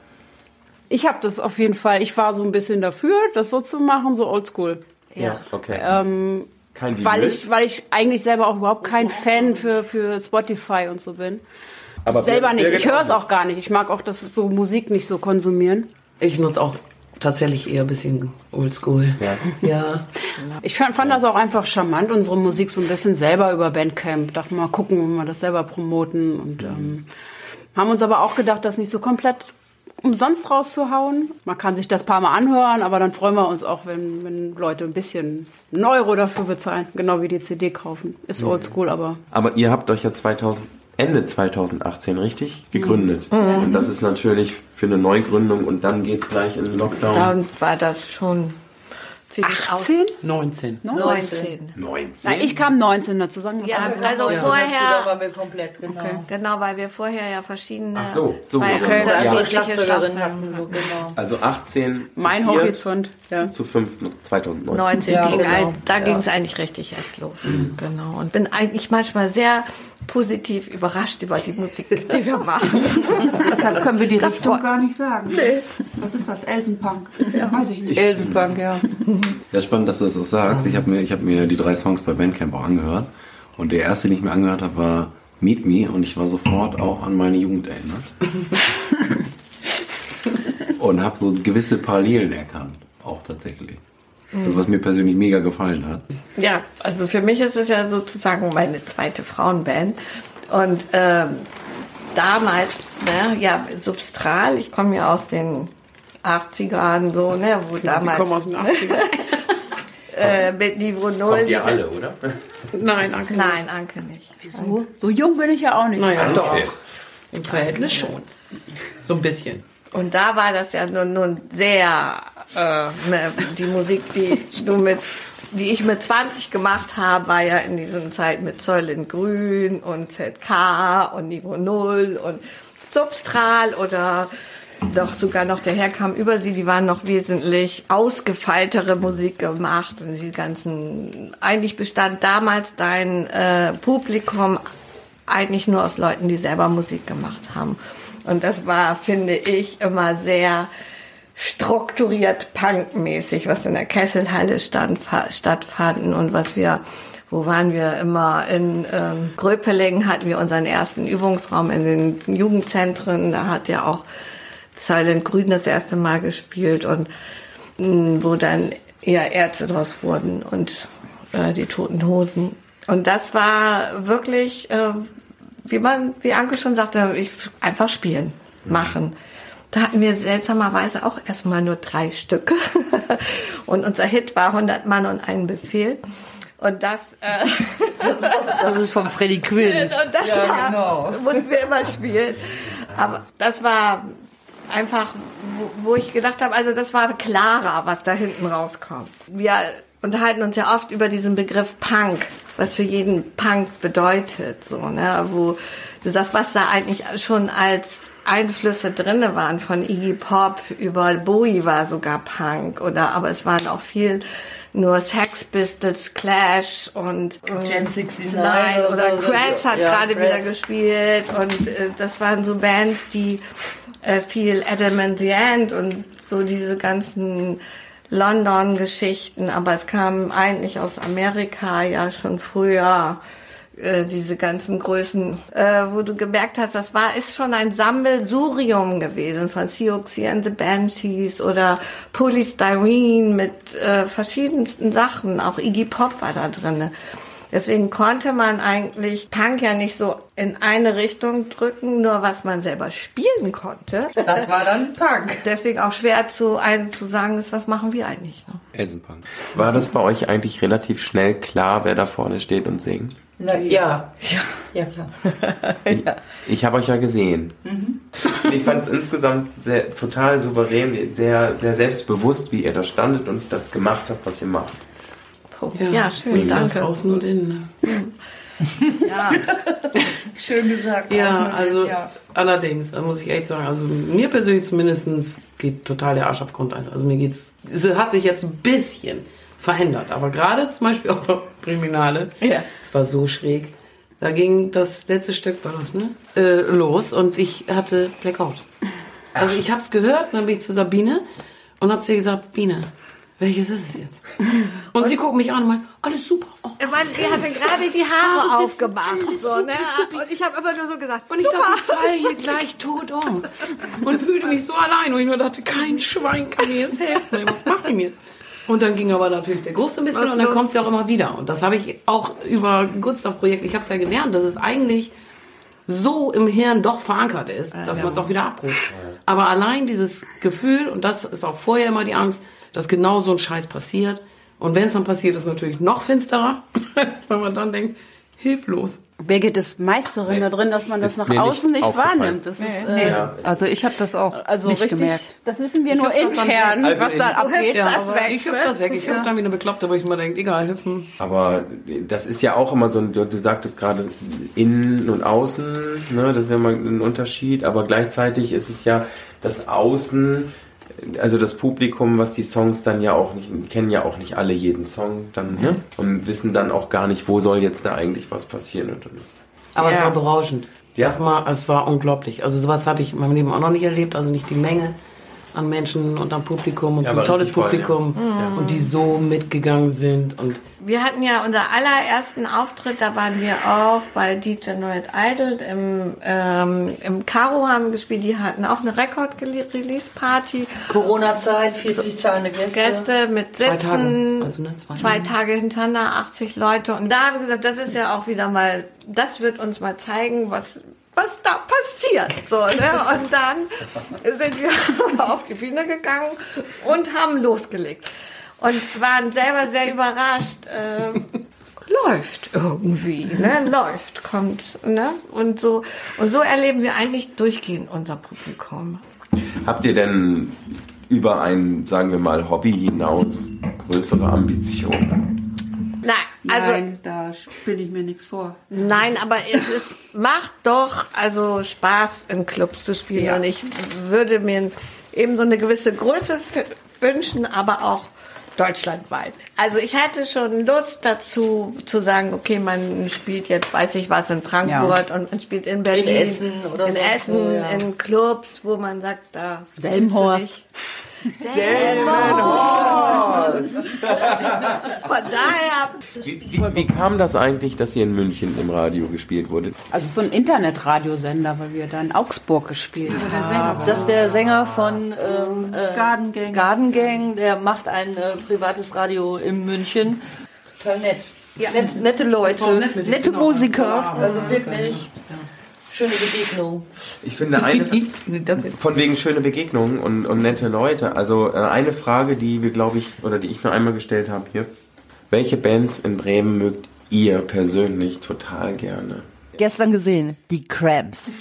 Ich habe das auf jeden Fall, ich war so ein bisschen dafür, das so zu machen, so oldschool. Ja. Okay. Ähm, Kein Video. weil ich, weil ich eigentlich selber auch überhaupt kein Fan für, für Spotify und so bin. aber Selber nicht. Birgit Ich höre es auch gar nicht. Ich mag auch das so Musik nicht so konsumieren. Ich nutze auch tatsächlich eher ein bisschen oldschool. Ja. Ja. Ich fand, fand das auch einfach charmant, unsere Musik so ein bisschen selber über Bandcamp. Dachte mal gucken, wenn wir das selber promoten. Und ähm, haben uns aber auch gedacht, das nicht so komplett umsonst rauszuhauen. Man kann sich das paar Mal anhören, aber dann freuen wir uns auch, wenn, wenn Leute ein bisschen einen Euro dafür bezahlen. Genau wie die C D kaufen. Ist oldschool, aber... Aber ihr habt euch ja zweitausend, Ende zweitausendachtzehn richtig gegründet. Mhm. Und das ist natürlich für eine Neugründung und dann geht's gleich in den Lockdown. Dann war das schon ziemlich achtzehn? neunzehn. neunzehn. neunzehn? Na, ich kam neunzehn dazu, sagen wir Ja, mal. also Da vorher, waren wir komplett, genau. genau, weil wir vorher ja verschiedene, Ach so, so zwei gesehen. Okay, da Ja. eine unterschiedliche Schlagzeugerin Schlagzeuger. hatten, so genau. Also achtzehn Mein zu vier Horizont, ja. zu fünf, zweitausendneunzehn. neunzehn Ja, ging genau. ein, da Ja. ging es eigentlich richtig erst los. Genau. Und bin eigentlich manchmal sehr positiv überrascht über die Musik, die wir machen. Deshalb können wir die Richtung Davor- gar nicht sagen. Nee. Was ist das? Elsenpunk? Weiß ich nicht. Elsenbank, ja. Ja, spannend, dass du das auch sagst. Ich habe mir, ich hab mir die drei Songs bei Bandcamp auch angehört. Und der erste, den ich mir angehört habe, war Meet Me. Und ich war sofort auch an meine Jugend erinnert. Und habe so gewisse Parallelen erkannt. Auch tatsächlich. Mhm. Was mir persönlich mega gefallen hat. Ja, also für mich ist es ja sozusagen meine zweite Frauenband. Und ähm, damals, ne, ja, Substral, ich komme ja aus den achtzigern, so, ne, wo damals... kommen aus den achtzigern. äh, mit Niveau null. Kommt ihr alle, oder? Nein, Anke. Nein, Anke nicht. Wieso? So jung bin ich ja auch nicht. Naja, doch. Okay. Im Verhältnis schon. So ein bisschen. Und da war das ja nun, nun sehr, äh, ne, die Musik, die du mit, die ich mit zwanzig gemacht habe, war ja in diesen Zeit mit Zoll in Grün und Z K und Niveau null und Substral oder doch sogar noch der Herr kam über sie, die waren noch wesentlich ausgefeiltere Musik gemacht und die ganzen, eigentlich bestand damals dein äh, Publikum eigentlich nur aus Leuten, die selber Musik gemacht haben. Und das war, finde ich, immer sehr strukturiert punkmäßig, was in der Kesselhalle stand, stattfanden und was wir, wo waren wir immer, in ähm, Gröpeling hatten wir unseren ersten Übungsraum in den Jugendzentren, da hat ja auch Silent Grün das erste Mal gespielt und mh, wo dann eher Ärzte draus wurden und äh, die Toten Hosen. Und das war wirklich, äh, wie man, wie Anke schon sagte, ich, einfach spielen, machen. Da hatten wir seltsamerweise auch erstmal nur drei Stücke. Und unser Hit war hundert Mann und ein Befehl. Und das, äh, Das ist von Freddie Quinn. und das Ja, war, genau. mussten wir immer spielen. Aber das war einfach, wo, wo ich gedacht habe, also das war klarer, was da hinten rauskommt. Wir unterhalten uns ja oft über diesen Begriff Punk, was für jeden Punk bedeutet, so, ne, wo das, was da eigentlich schon als Einflüsse drinne waren, von Iggy Pop über Bowie war sogar Punk, oder, aber es waren auch viel nur Sex Pistols, Clash und äh, Jam sixty-nine Nein, oder oder so. Crass hat Ja, gerade Crass. wieder gespielt und äh, das waren so Bands, die äh, viel Adam and the Ant und so diese ganzen London-Geschichten, aber es kam eigentlich aus Amerika ja schon früher, äh, diese ganzen Größen, äh, wo du gemerkt hast, das war, ist schon ein Sammelsurium gewesen von Siouxsie and the Banshees oder Polystyrene mit äh, verschiedensten Sachen, auch Iggy Pop war da drinne. Deswegen konnte man eigentlich Punk ja nicht so in eine Richtung drücken, nur was man selber spielen konnte. Das war dann Punk. Deswegen auch schwer zu, ein, zu sagen ist, was machen wir eigentlich? Ne? Elsenpunk. War das bei euch eigentlich relativ schnell klar, wer da vorne steht und singt? Na, ja. Ja. Ja, klar. ja. Ich habe euch ja gesehen. Mhm. Ich fand es insgesamt sehr, total souverän, sehr, sehr selbstbewusst, wie ihr da standet und das gemacht habt, was ihr macht. Ja, ja, schön, danke. Außen und innen. Ja. Schön gesagt. Ja, also Ja. allerdings, da muss ich echt sagen, also mir persönlich zumindest geht total der Arsch auf Grundeis. Also mir geht's, es hat sich jetzt ein bisschen verändert, aber gerade zum Beispiel auch bei Priminale, Ja. es war so schräg, da ging das letzte Stück, war das, ne, äh, los und ich hatte Blackout. Also ich hab's gehört, dann bin ich zu Sabine und hab zu ihr gesagt, Biene, welches ist es jetzt? Und, und sie guckt mich an und meint, alles super. Oh. Weil sie hatte gerade die Haare Haare aufgemacht. sitzen, So, alles ne? supi, Und ich habe immer nur so gesagt, Und ich super. dachte, ich falle hier gleich tot um. Und fühlte mich so allein. Und ich nur dachte, kein Schwein kann mir jetzt helfen. Was mache ich denn jetzt? Und dann ging aber natürlich der Große ein bisschen und dann kommt sie auch immer wieder. Und das habe ich auch über Gustav-Projekt, ich habe es ja gelernt, dass es eigentlich so im Hirn doch verankert ist, dass man es auch wieder abruft. Aber allein dieses Gefühl, und das ist auch vorher immer die Angst, dass genau so ein Scheiß passiert. Und wenn es dann passiert, ist es natürlich noch finsterer, weil man dann denkt, hilflos. Birgit ist Meisterin da drin, dass man das Ist nach mir außen nicht nicht wahrnimmt. Das ist, äh, Ja. Also ich habe das auch also nicht richtig, gemerkt. das wissen wir nur intern, Also was da in- abgeht. Ja, das aber weg, ich hüpf ne? das weg. Ich hüpf dann wie eine Bekloppte, wo ich immer denke, egal, hüpfen. Aber das ist ja auch immer so, du, du sagtest gerade innen und außen, ne, das ist ja immer ein Unterschied, aber gleichzeitig ist es ja das Außen, also das Publikum, was die Songs dann ja auch nicht, kennen ja auch nicht alle jeden Song dann, ne, und wissen dann auch gar nicht, wo soll jetzt da eigentlich was passieren und dann ist Aber es Ja. war berauschend. Ja. Das war, es war unglaublich. Also sowas hatte ich in meinem Leben auch noch nicht erlebt. Also nicht die Menge an Menschen und am Publikum und Ja, so ein aber tolles richtig voll, Publikum. Und die so mitgegangen sind. Und Wir hatten ja unser allerersten Auftritt, da waren wir auch bei D J Noel Idol im, ähm, im Karo haben wir gespielt, die hatten auch eine Record-Release-Party. Corona-Zeit, vierzig zahlende Gäste. Gäste mit zwei Sitzen, Tage. Also, ne, zwei, zwei Tage hintereinander, achtzig Leute. Und da haben wir gesagt, das ist ja auch wieder mal, das wird uns mal zeigen, was, was da passiert. So, ne? Und dann sind wir auf die Bühne gegangen und haben losgelegt. Und waren selber sehr überrascht. Ähm, läuft irgendwie, ne? Läuft, kommt, ne? Und so, und so erleben wir eigentlich durchgehend unser Publikum. Habt ihr denn über ein, sagen wir mal, Hobby hinaus größere Ambitionen? Nein, also Nein, da spinne ich mir nichts vor. Nein, aber es ist, macht doch also Spaß, in Clubs zu spielen. Ja. Und ich würde mir eben so eine gewisse Größe f- wünschen, aber auch deutschlandweit. Also ich hätte schon Lust dazu, zu sagen, okay, man spielt jetzt, weiß ich was, in Frankfurt Ja. und man spielt in Berlin, In Essen oder in sonst Essen, wo, ja. in Clubs, wo man sagt, da Delmenhorst. fühlst du dich- Delmenhorst. Von daher. Wie, wie, wie kam das eigentlich, dass ihr in München im Radio gespielt wurde? Also so ein Internetradiosender, weil wir da in Augsburg gespielt haben. Das ist der Sänger von ähm, äh, Garden Gang. Garden Gang, der macht ein äh, privates Radio in München. Total nett. Net, nette Leute, nett mit nette denen, Musiker, genau. also wirklich schöne Begegnung. Ich finde eine, von wegen schöne Begegnungen und, und nette Leute, also äh, eine Frage, die wir, glaube ich, oder die ich nur einmal gestellt habe hier. Welche Bands in Bremen mögt ihr persönlich total gerne? Gestern gesehen, die Cramps.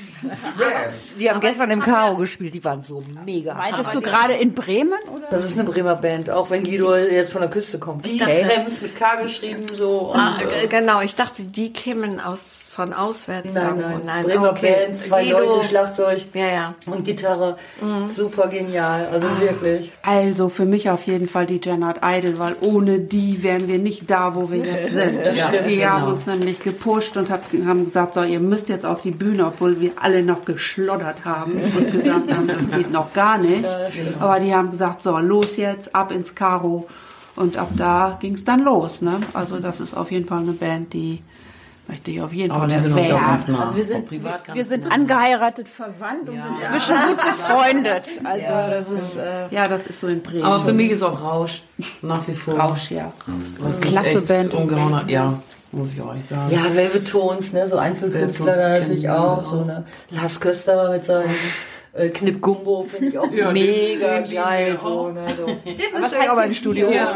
Die haben gestern im Karo gespielt, die waren so mega. Meintest du gerade in Bremen? Oder? Das ist eine Bremer Band, auch wenn Guido jetzt von der Küste kommt. Die Cramps mit K geschrieben, so. Ah, und, äh, genau, ich dachte, die kämen aus, von auswärts. Nein, irgendwo. nein, nein Bremer okay. Band, zwei Guido. Leute, Schlagzeug Ja, ja. und Gitarre. Super genial, also wirklich. Also für mich auf jeden Fall die Janet Idle, weil ohne die wären wir nicht da, wo wir jetzt sind. Die haben uns nämlich gepusht und hat, haben gesagt, so, ihr müsst jetzt auf die Bühne, obwohl wir alle noch geschloddert haben und gesagt haben, das geht noch gar nicht. Aber die haben gesagt, so, los jetzt, ab ins Karo. Und ab da ging es dann los. Ne? Also das ist auf jeden Fall eine Band, die möchte ich auf jeden Aber Fall die sind uns auch erwähnen. ganz nah. Also wir sind, privat ganz wir sind nah. angeheiratet, verwandt und sind inzwischen gut befreundet. Also das ist äh, Ja, das ist so in Bremen. Aber für mich ist auch Rausch nach wie vor. Rausch, ja. Das ist Klasse echt Band. Ungeheuer, ja, muss ich auch echt sagen. Ja, Velvet Tones, ne, so Einzelkünstler Velvet Tones natürlich kennen wir auch, auch. so ne. Lars Köster mit seinem äh, Knipp Gumbo finde ich auch Ja, mega den- den geil, lieben wir so, auch. ne, so. Den müsst ihr auch mal im Studio. Ja.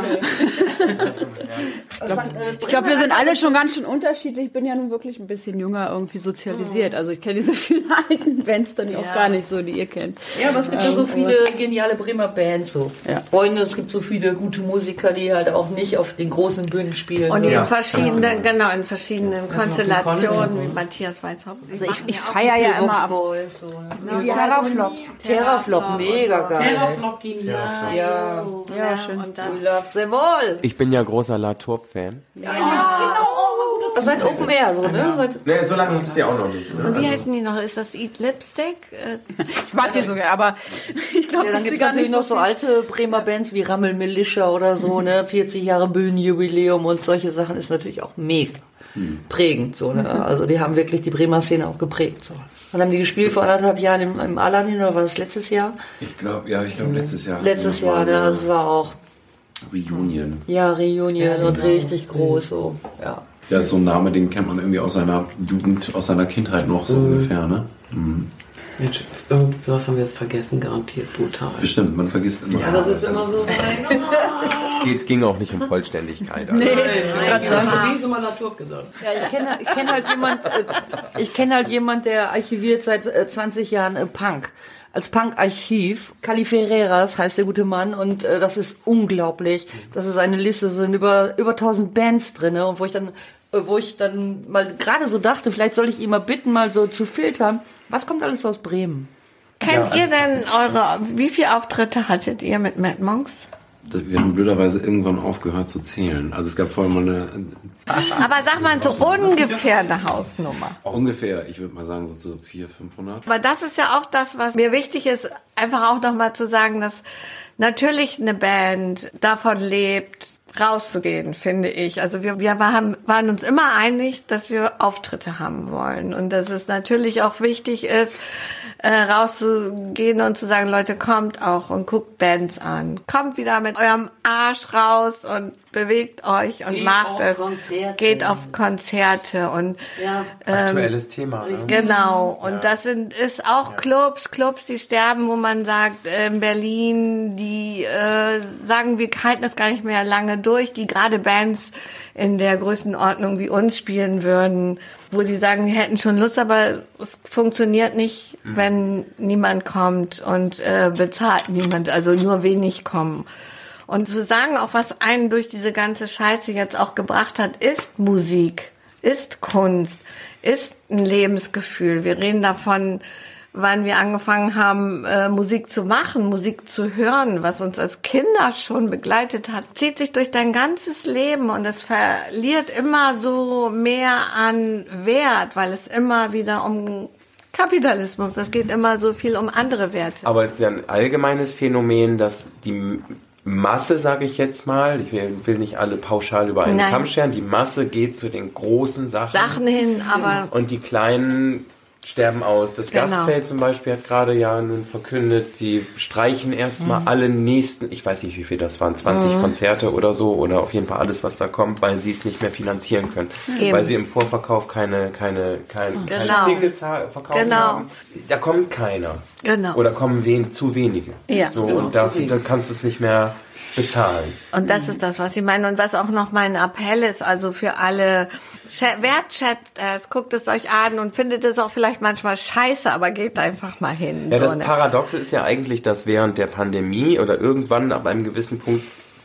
Also, äh, Ich glaube, wir sind alle schon ganz schön unterschiedlich. Ich bin ja nun wirklich ein bisschen jünger irgendwie sozialisiert. Also ich kenne diese vielen alten Bands dann auch Ja. gar nicht so, die ihr kennt. Ja, aber es gibt ja so viele geniale Bremer Bands, so. Ja. Freunde, es gibt so viele gute Musiker, die halt auch nicht auf den großen Bühnen spielen. Und so. in verschiedenen, genau, in verschiedenen noch die Konstellationen, Conny, wie also. Matthias Weishaupt. Also ich, ich feiere ja immer ab. Boys, so, ne? Terraflop. Terraflop, mega geil. Terraflop ging Ja, Ja, schön. Und das, we love them all. Ich bin ja großer La Turp-Fan. Das ist ein Open Air, so, ne? Seit- Ne, so lange gibt es ja auch noch nicht. Ne? und wie heißen die noch? Ist das Eat Lipstick? Äh, Ich mag die sogar, aber ich glaube, Ja, dann das gibt ist es gar natürlich nicht noch so alte Bremer Bands wie Rammel Militia oder so, ne? vierzig Jahre Bühnenjubiläum und solche Sachen ist natürlich auch mega prägend, so, ne? Also die haben wirklich die Bremer Szene auch geprägt, so. Dann haben die gespielt vor anderthalb Jahren im, im Aladdin, oder war das letztes Jahr? Ich glaube, ja, ich glaube letztes Jahr. Letztes Jahr, ne? Das war auch, Reunion. ja, Reunion und richtig groß, so, ja. Ja, ist so ein Name, den kennt man irgendwie aus seiner Jugend, aus seiner Kindheit noch so ungefähr, ne? Mhm. Mensch, irgendwas haben wir jetzt vergessen, garantiert brutal. Bestimmt, man vergisst immer. Ja, das ist immer so. Es geht, ging auch nicht um Vollständigkeit. Also. Nee, ich habe wie so mal Natur gesagt. Ja, ich kenne ich kenn halt jemand, äh, ich kenne halt jemand, der archiviert seit äh, zwanzig Jahren äh, Punk. Als Punk-Archiv. Cali Ferreras heißt der gute Mann und äh, das ist unglaublich. Das ist eine Liste, es sind über über tausend Bands drinne und wo ich dann äh, wo ich dann mal gerade so dachte, vielleicht soll ich ihn mal bitten, mal so zu filtern. Was kommt alles aus Bremen? kennt ihr denn eure, wie viele Auftritte hattet ihr mit Mad Monks? Wir haben blöderweise irgendwann aufgehört zu zählen. Also es gab vorher mal eine, Aber sag mal so ungefähr eine Hausnummer. ungefähr, ich würde mal sagen, so so vierhundert, fünfhundert. Aber das ist ja auch das, was mir wichtig ist, einfach auch nochmal zu sagen, dass natürlich eine Band davon lebt, rauszugehen, finde ich. Also wir, wir waren, waren uns immer einig, dass wir Auftritte haben wollen und dass es natürlich auch wichtig ist, äh, rauszugehen und zu sagen, Leute, kommt auch und guckt Bands an. Kommt wieder mit eurem Arsch raus und bewegt euch und Geht macht auf es. Konzerte. Geht auf Konzerte und Ja. Aktuelles Thema. Ne? genau. Und das sind ist auch Clubs, Clubs, die sterben, wo man sagt, äh, in Berlin, die äh, sagen, wir halten das gar nicht mehr lange durch, die gerade Bands in der Größenordnung wie uns spielen würden, wo sie sagen, sie hätten schon Lust, aber es funktioniert nicht, mhm. wenn niemand kommt und äh, bezahlt niemand, also nur wenig kommen. Und zu sagen, auch was einen durch diese ganze Scheiße jetzt auch gebracht hat, ist Musik, ist Kunst, ist ein Lebensgefühl. Wir reden davon, wann wir angefangen haben, äh, Musik zu machen, Musik zu hören, was uns als Kinder schon begleitet hat, zieht sich durch dein ganzes Leben und es verliert immer so mehr an Wert, weil es immer wieder um Kapitalismus. Das geht immer so viel um andere Werte. Aber es ist ja ein allgemeines Phänomen, dass die Masse, sage ich jetzt mal, ich will, will nicht alle pauschal über einen Nein. Kamm scheren, die Masse geht zu den großen Sachen. Sachen hin, aber Und die kleinen sterben aus. Das Genau. Gastfeld zum Beispiel hat gerade ja nun verkündet, sie streichen erstmal Mhm. alle nächsten, ich weiß nicht wie viel das waren, zwanzig Mhm. Konzerte oder so, oder auf jeden Fall alles, was da kommt, weil sie es nicht mehr finanzieren können. Eben. Weil sie im Vorverkauf keine, keine, kein, Genau. keine Tickets ha- verkaufen Genau. haben. Da kommt keiner. Genau. Oder kommen wen, zu wenige. Ja. So, Genau, und da, zu wenig. da kannst du es nicht mehr bezahlen. Und das ist das, was ich meine. Und was auch noch mein Appell ist, also für alle, Sch- wertschätzt es, guckt es euch an und findet es auch vielleicht manchmal scheiße, aber geht einfach mal hin. Ja, so, das ne? Paradoxe ist ja eigentlich, dass während der Pandemie oder irgendwann ab einem gewissen Punkt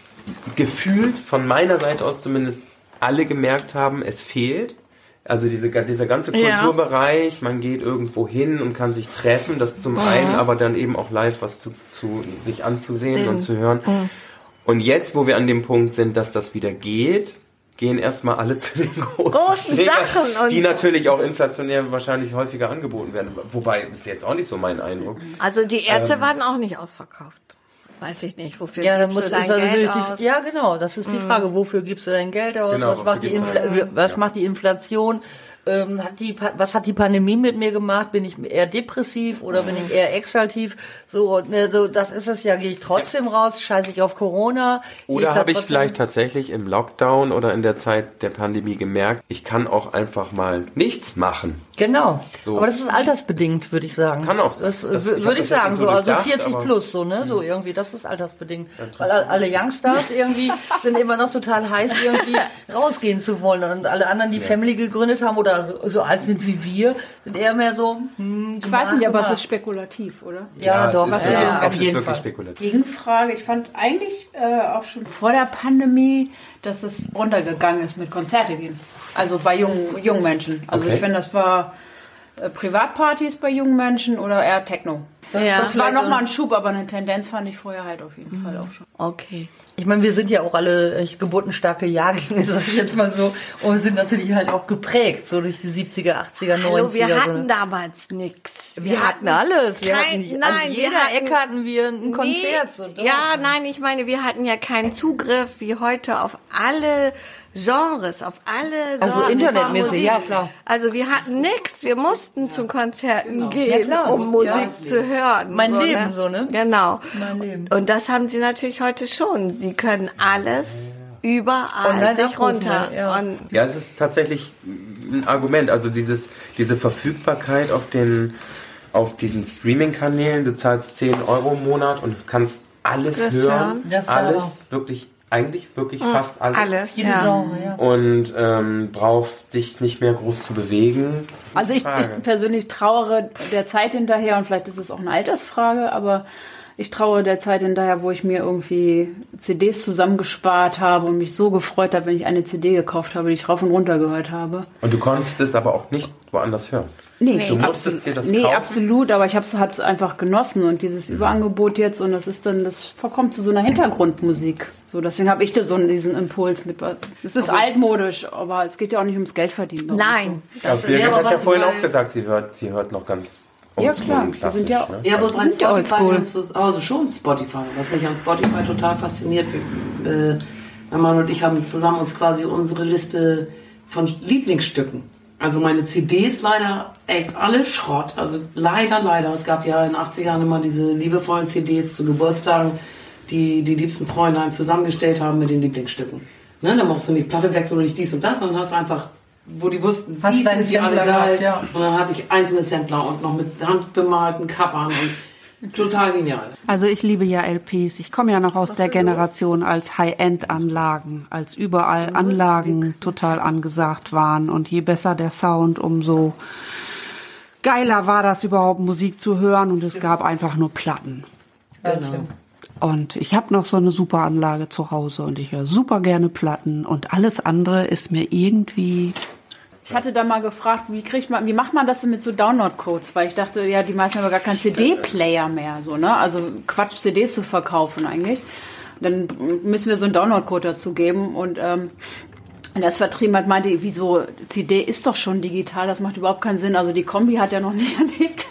gefühlt von meiner Seite aus zumindest alle gemerkt haben, es fehlt. Also diese, dieser ganze Ja. Kulturbereich, man geht irgendwo hin und kann sich treffen, das zum Mhm. einen, aber dann eben auch live was zu, zu sich anzusehen Sehen. und zu hören. Mhm. Und jetzt, wo wir an dem Punkt sind, dass das wieder geht, gehen erstmal alle zu den großen, Großen Dingern, Sachen und- die natürlich auch inflationär wahrscheinlich häufiger angeboten werden. Wobei, ist jetzt auch nicht so mein Eindruck. Also die Ärzte Ähm, waren auch nicht ausverkauft. Weiß ich nicht, wofür Ja, dann gibst muss du dein ist also Geld natürlich aus? die, ja genau, das ist die Mhm. Frage, wofür gibst du dein Geld aus? Genau, was wofür macht die, gibst du Infla dein- was macht die Inflation? Ähm, hat die, Pa- was hat die Pandemie mit mir gemacht? Bin ich eher depressiv oder bin ich eher exaltiv? So, ne, so, das ist es ja. Gehe ich trotzdem raus? Scheiße ich auf Corona? Gehe Oder da habe ich trotzdem- vielleicht tatsächlich im Lockdown oder in der Zeit der Pandemie gemerkt, ich kann auch einfach mal nichts machen. Genau. So. Aber das ist altersbedingt, würde ich sagen. Kann auch sein. Das, Das- äh, ich hab würde ich das jetzt sagen, nicht so, so also durchdacht, vierzig aber- plus, so, ne, so irgendwie, das ist altersbedingt. trotzdem Weil alle Youngstars irgendwie sind immer noch total heiß, irgendwie rausgehen zu wollen. Und alle anderen, die Ja. Family gegründet haben oder so, so alt sind wie wir, sind eher mehr so, hm, Ich weiß nicht, aber es gemacht. ist spekulativ, oder? Ja, Ja, doch, es ist, ja, wirklich, auf es ist jeden wirklich Fall. spekulativ. Gegenfrage, ich fand eigentlich äh, auch schon vor der Pandemie, dass es runtergegangen ist mit Konzerte gehen. Also bei jungen, jungen Menschen. Also Okay. ich finde, das war äh, Privatpartys bei jungen Menschen oder eher Techno. Das, Ja. das war nochmal ein Schub, aber eine Tendenz fand ich vorher halt auf jeden Fall auch schon. Okay. Ich meine, wir sind ja auch alle echt geburtenstarke Jahrgänge, sag ich jetzt mal so. Und wir sind natürlich halt auch geprägt, so durch die siebziger, achtziger, Hallo, neunziger. wir so, hatten ne? damals nichts. Wir hatten alles. Wir kein- hatten, nein, an wir jeder hatten- Ecke hatten wir ein Konzert. So, doch. Ja, nein, ich meine, wir hatten ja keinen Zugriff wie heute auf alle Genres, auf alle Also Sorten internetmäßig, von Musik. ja, klar. Also wir hatten nichts, wir mussten zu Konzerten gehen, Ja, klar, um muss- ja. Musik zu hören. Mein so, Leben, ne? so, ne? Genau. Mein Leben. Und das haben sie natürlich heute schon. Die können alles überall Online sich abrufen, runter. ja. Und Ja, es ist tatsächlich ein Argument. Also dieses, diese Verfügbarkeit auf den, auf diesen Streaming-Kanälen. Du zahlst zehn Euro im Monat und kannst alles Das hören. hören. Das Alles, wirklich, eigentlich wirklich fast alles. alles, Jede ja. Genre, ja. Und ähm, brauchst dich nicht mehr groß zu bewegen. Also ich, Frage. ich persönlich trauere der Zeit hinterher, und vielleicht ist es auch eine Altersfrage, aber ich trauere der Zeit hinterher, wo ich mir irgendwie C Ds zusammengespart habe und mich so gefreut habe, wenn ich eine C D gekauft habe, die ich rauf und runter gehört habe. Und du konntest es aber auch nicht woanders hören. Nee, Du musstest dir das nee, kaufen? absolut, aber ich habe es einfach genossen und dieses Überangebot jetzt, und das ist dann, das verkommt zu so einer Hintergrundmusik. So, deswegen habe ich da so diesen Impuls mit. Es ist altmodisch, aber es geht ja auch nicht ums Geld verdienen. Nein, Aber das ist Birgit aber hat ja was vorhin bei- auch gesagt, sie hört, sie hört noch ganz Ja, oldschool klar, und die klassisch. sind ja- ne? Ja, aber bei Sind ja Spotify oldschool. hören zu Hause schon Spotify. Was mich an Spotify total fasziniert, wir, äh, mein Mann und ich haben zusammen uns quasi unsere Liste von Lieblingsstücken. Also meine C Ds leider echt alle Schrott. Also leider, leider. Es gab ja in den achtzigern immer diese liebevollen C Ds zu Geburtstagen, die die liebsten Freunde einem zusammengestellt haben mit den Lieblingsstücken. Ne, dann machst du nicht Platte wechseln oder nicht dies und das, sondern hast einfach, wo die wussten, Hast die deinen finden die alle Sampler geil. gehabt, ja. Und dann hatte ich einzelne Sampler und noch mit handbemalten Covern und total genial. Also ich liebe ja L Ps. Ich komme ja noch aus der Generation, als High-End-Anlagen, als überall Anlagen total angesagt waren. Und je besser der Sound, umso geiler war das überhaupt, Musik zu hören. Und es gab einfach nur Platten. Genau. Und ich habe noch so eine super Anlage zu Hause und ich höre super gerne Platten. Und alles andere ist mir irgendwie... Ich hatte da mal gefragt, wie kriegt man, wie macht man das denn mit so Download-Codes? Weil ich dachte, ja, die meisten haben ja gar keinen C D-Player mehr, so, ne? Also Quatsch, C Ds zu verkaufen eigentlich. Dann müssen wir so einen Download-Code dazu geben und ähm, das vertrieben hat, meinte, wieso, C D ist doch schon digital, das macht überhaupt keinen Sinn. Also die Kombi hat er noch nie erlebt.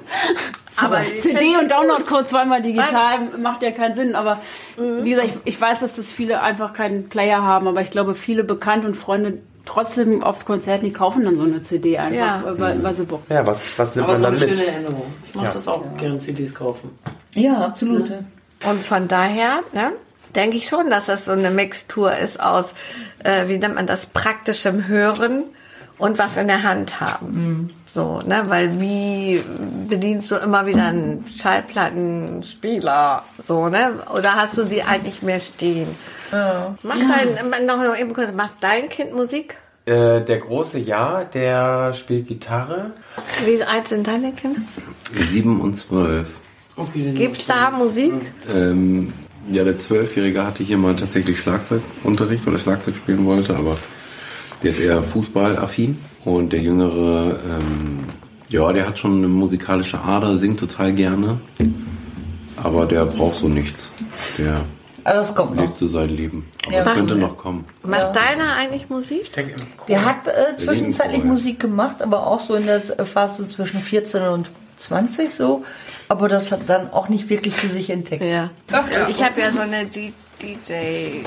Aber C D und Download-Code zweimal digital macht ja keinen Sinn. Aber wie gesagt, ich, ich weiß, dass das viele einfach keinen Player haben, aber ich glaube, viele Bekannte und Freunde trotzdem aufs Konzert, die kaufen dann so eine C D einfach, Ja. weil, weil sie Bock haben. Ja, was, was nimmt Aber so man eine dann mit? schöne Erinnerung. Ich mache Ja. das auch gerne, C Ds kaufen. Ja, absolut. Und von daher, ne, denke ich schon, dass das so eine Mixtur ist aus, äh, wie nennt man das, praktischem Hören und was in der Hand haben. So, ne, weil wie bedienst du immer wieder einen Schallplattenspieler, so, ne, oder hast du sie eigentlich mehr stehen? Ja. Macht dein, noch noch eben kurz, macht dein Kind Musik? Äh, der große Ja, der spielt Gitarre. Wie alt sind deine Kinder? Sieben und zwölf. Okay, Gibt's da Musik? Ähm, ja, der Zwölfjährige hatte hier mal tatsächlich Schlagzeugunterricht, weil er Schlagzeug spielen wollte, aber der ist eher fußballaffin. Und der Jüngere, ähm, ja, der hat schon eine musikalische Ader, singt total gerne, aber der braucht so nichts. Der Aber das kommt noch. lebt so sein Leben. Aber Ja. es könnte noch kommen. Macht deiner eigentlich Musik? Ich denke im Chor. Der hat äh, zwischenzeitlich Chor, ja. Musik gemacht, aber auch so in der Phase zwischen vierzehn und zwanzig so. Aber das hat dann auch nicht wirklich für sich entdeckt. Ja. Ich habe ja so eine D J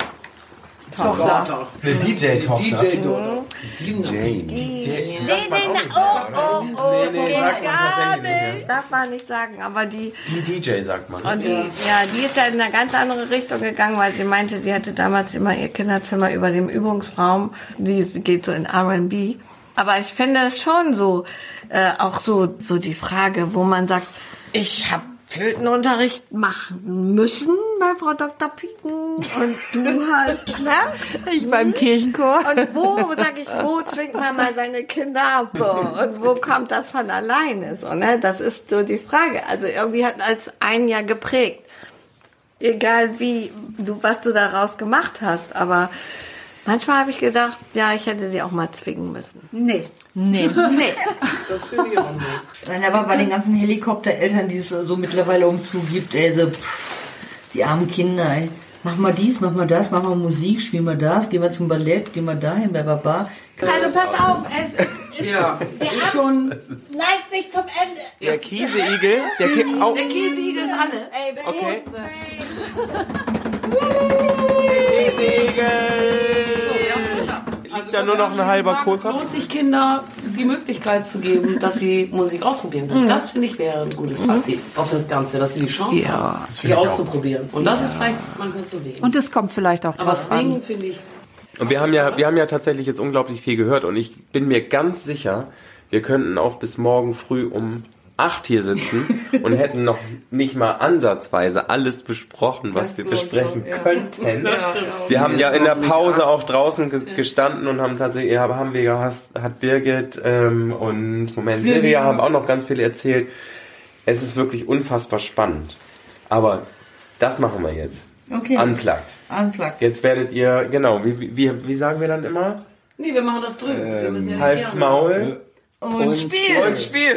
Tochter. Eine D J-Tochter. D J-Tochter. D J. D J. Nee, Sagt man nee, auch nee, nicht, oh, oder? oh, oh, Nee, nee, geht sagt man gar tatsächlich nicht, nicht. Darf man nicht sagen, aber die, Die D J sagt man. und die, ja, die ist ja in eine ganz andere Richtung gegangen, weil sie meinte, sie hatte damals immer ihr Kinderzimmer über dem Übungsraum. Die geht so in R and B. Aber ich finde es schon so, äh, auch so, so die Frage, wo man sagt, ich habe Flötenunterricht machen müssen bei Frau Doktor Pieken und du hast, ne? Ich beim Kirchenchor. Und wo, sag ich, wo zwingt man mal seine Kinder ab? So? Und wo kommt das von alleine? So, ne? Das ist so die Frage. Also irgendwie hat als ein Jahr geprägt. Egal wie, du, was du daraus gemacht hast. Aber manchmal habe ich gedacht, ja, ich hätte sie auch mal zwingen müssen. Nee. Nee. Nee. Das finde ich auch nicht. Nein, aber bei den ganzen Helikoptereltern, die es so mittlerweile umzugibt, ey, so, pff, die armen Kinder, ey. Mach mal dies, mach mal das, mach mal Musik, spiel mal das, geh mal zum Ballett, geh mal dahin, bla bla bla. Also pass auf, es ist, Ja, der ist schon. neigt sich zum Ende. Der Kieseigel, der Ki oh. Der Kieseigel ist alle. Ey, Okay. So, wir haben es geschafft. Liegt da nur noch ein halber Es Kurs? lohnt sich Kinder die Möglichkeit zu geben, dass sie Musik ausprobieren können. Das finde ich wäre ein gutes Fazit auf das Ganze, dass sie die Chance haben, sie auszuprobieren. Und das ist vielleicht manchmal zu wenig. Und es kommt vielleicht auch Aber drauf an. zwingen finde ich. Und wir haben ja, wir haben ja tatsächlich jetzt unglaublich viel gehört und ich bin mir ganz sicher, wir könnten auch bis morgen früh um acht hier sitzen und hätten noch nicht mal ansatzweise alles besprochen, was wir besprechen könnten. Wir haben ja in der Pause auch draußen ge gestanden und haben tatsächlich, ja, haben wir, hast, hat Birgit ähm, und Moment, Silvia haben auch noch ganz viel erzählt. Es ist wirklich unfassbar spannend. Aber das machen wir jetzt. Okay. Unplugged. Unplugged. Jetzt werdet ihr, genau, wie, wie, wie sagen wir dann immer? Nee, wir machen das drüben. wir müssen ja nicht Hals, gerne. Maul Und Spiel. und Spiel.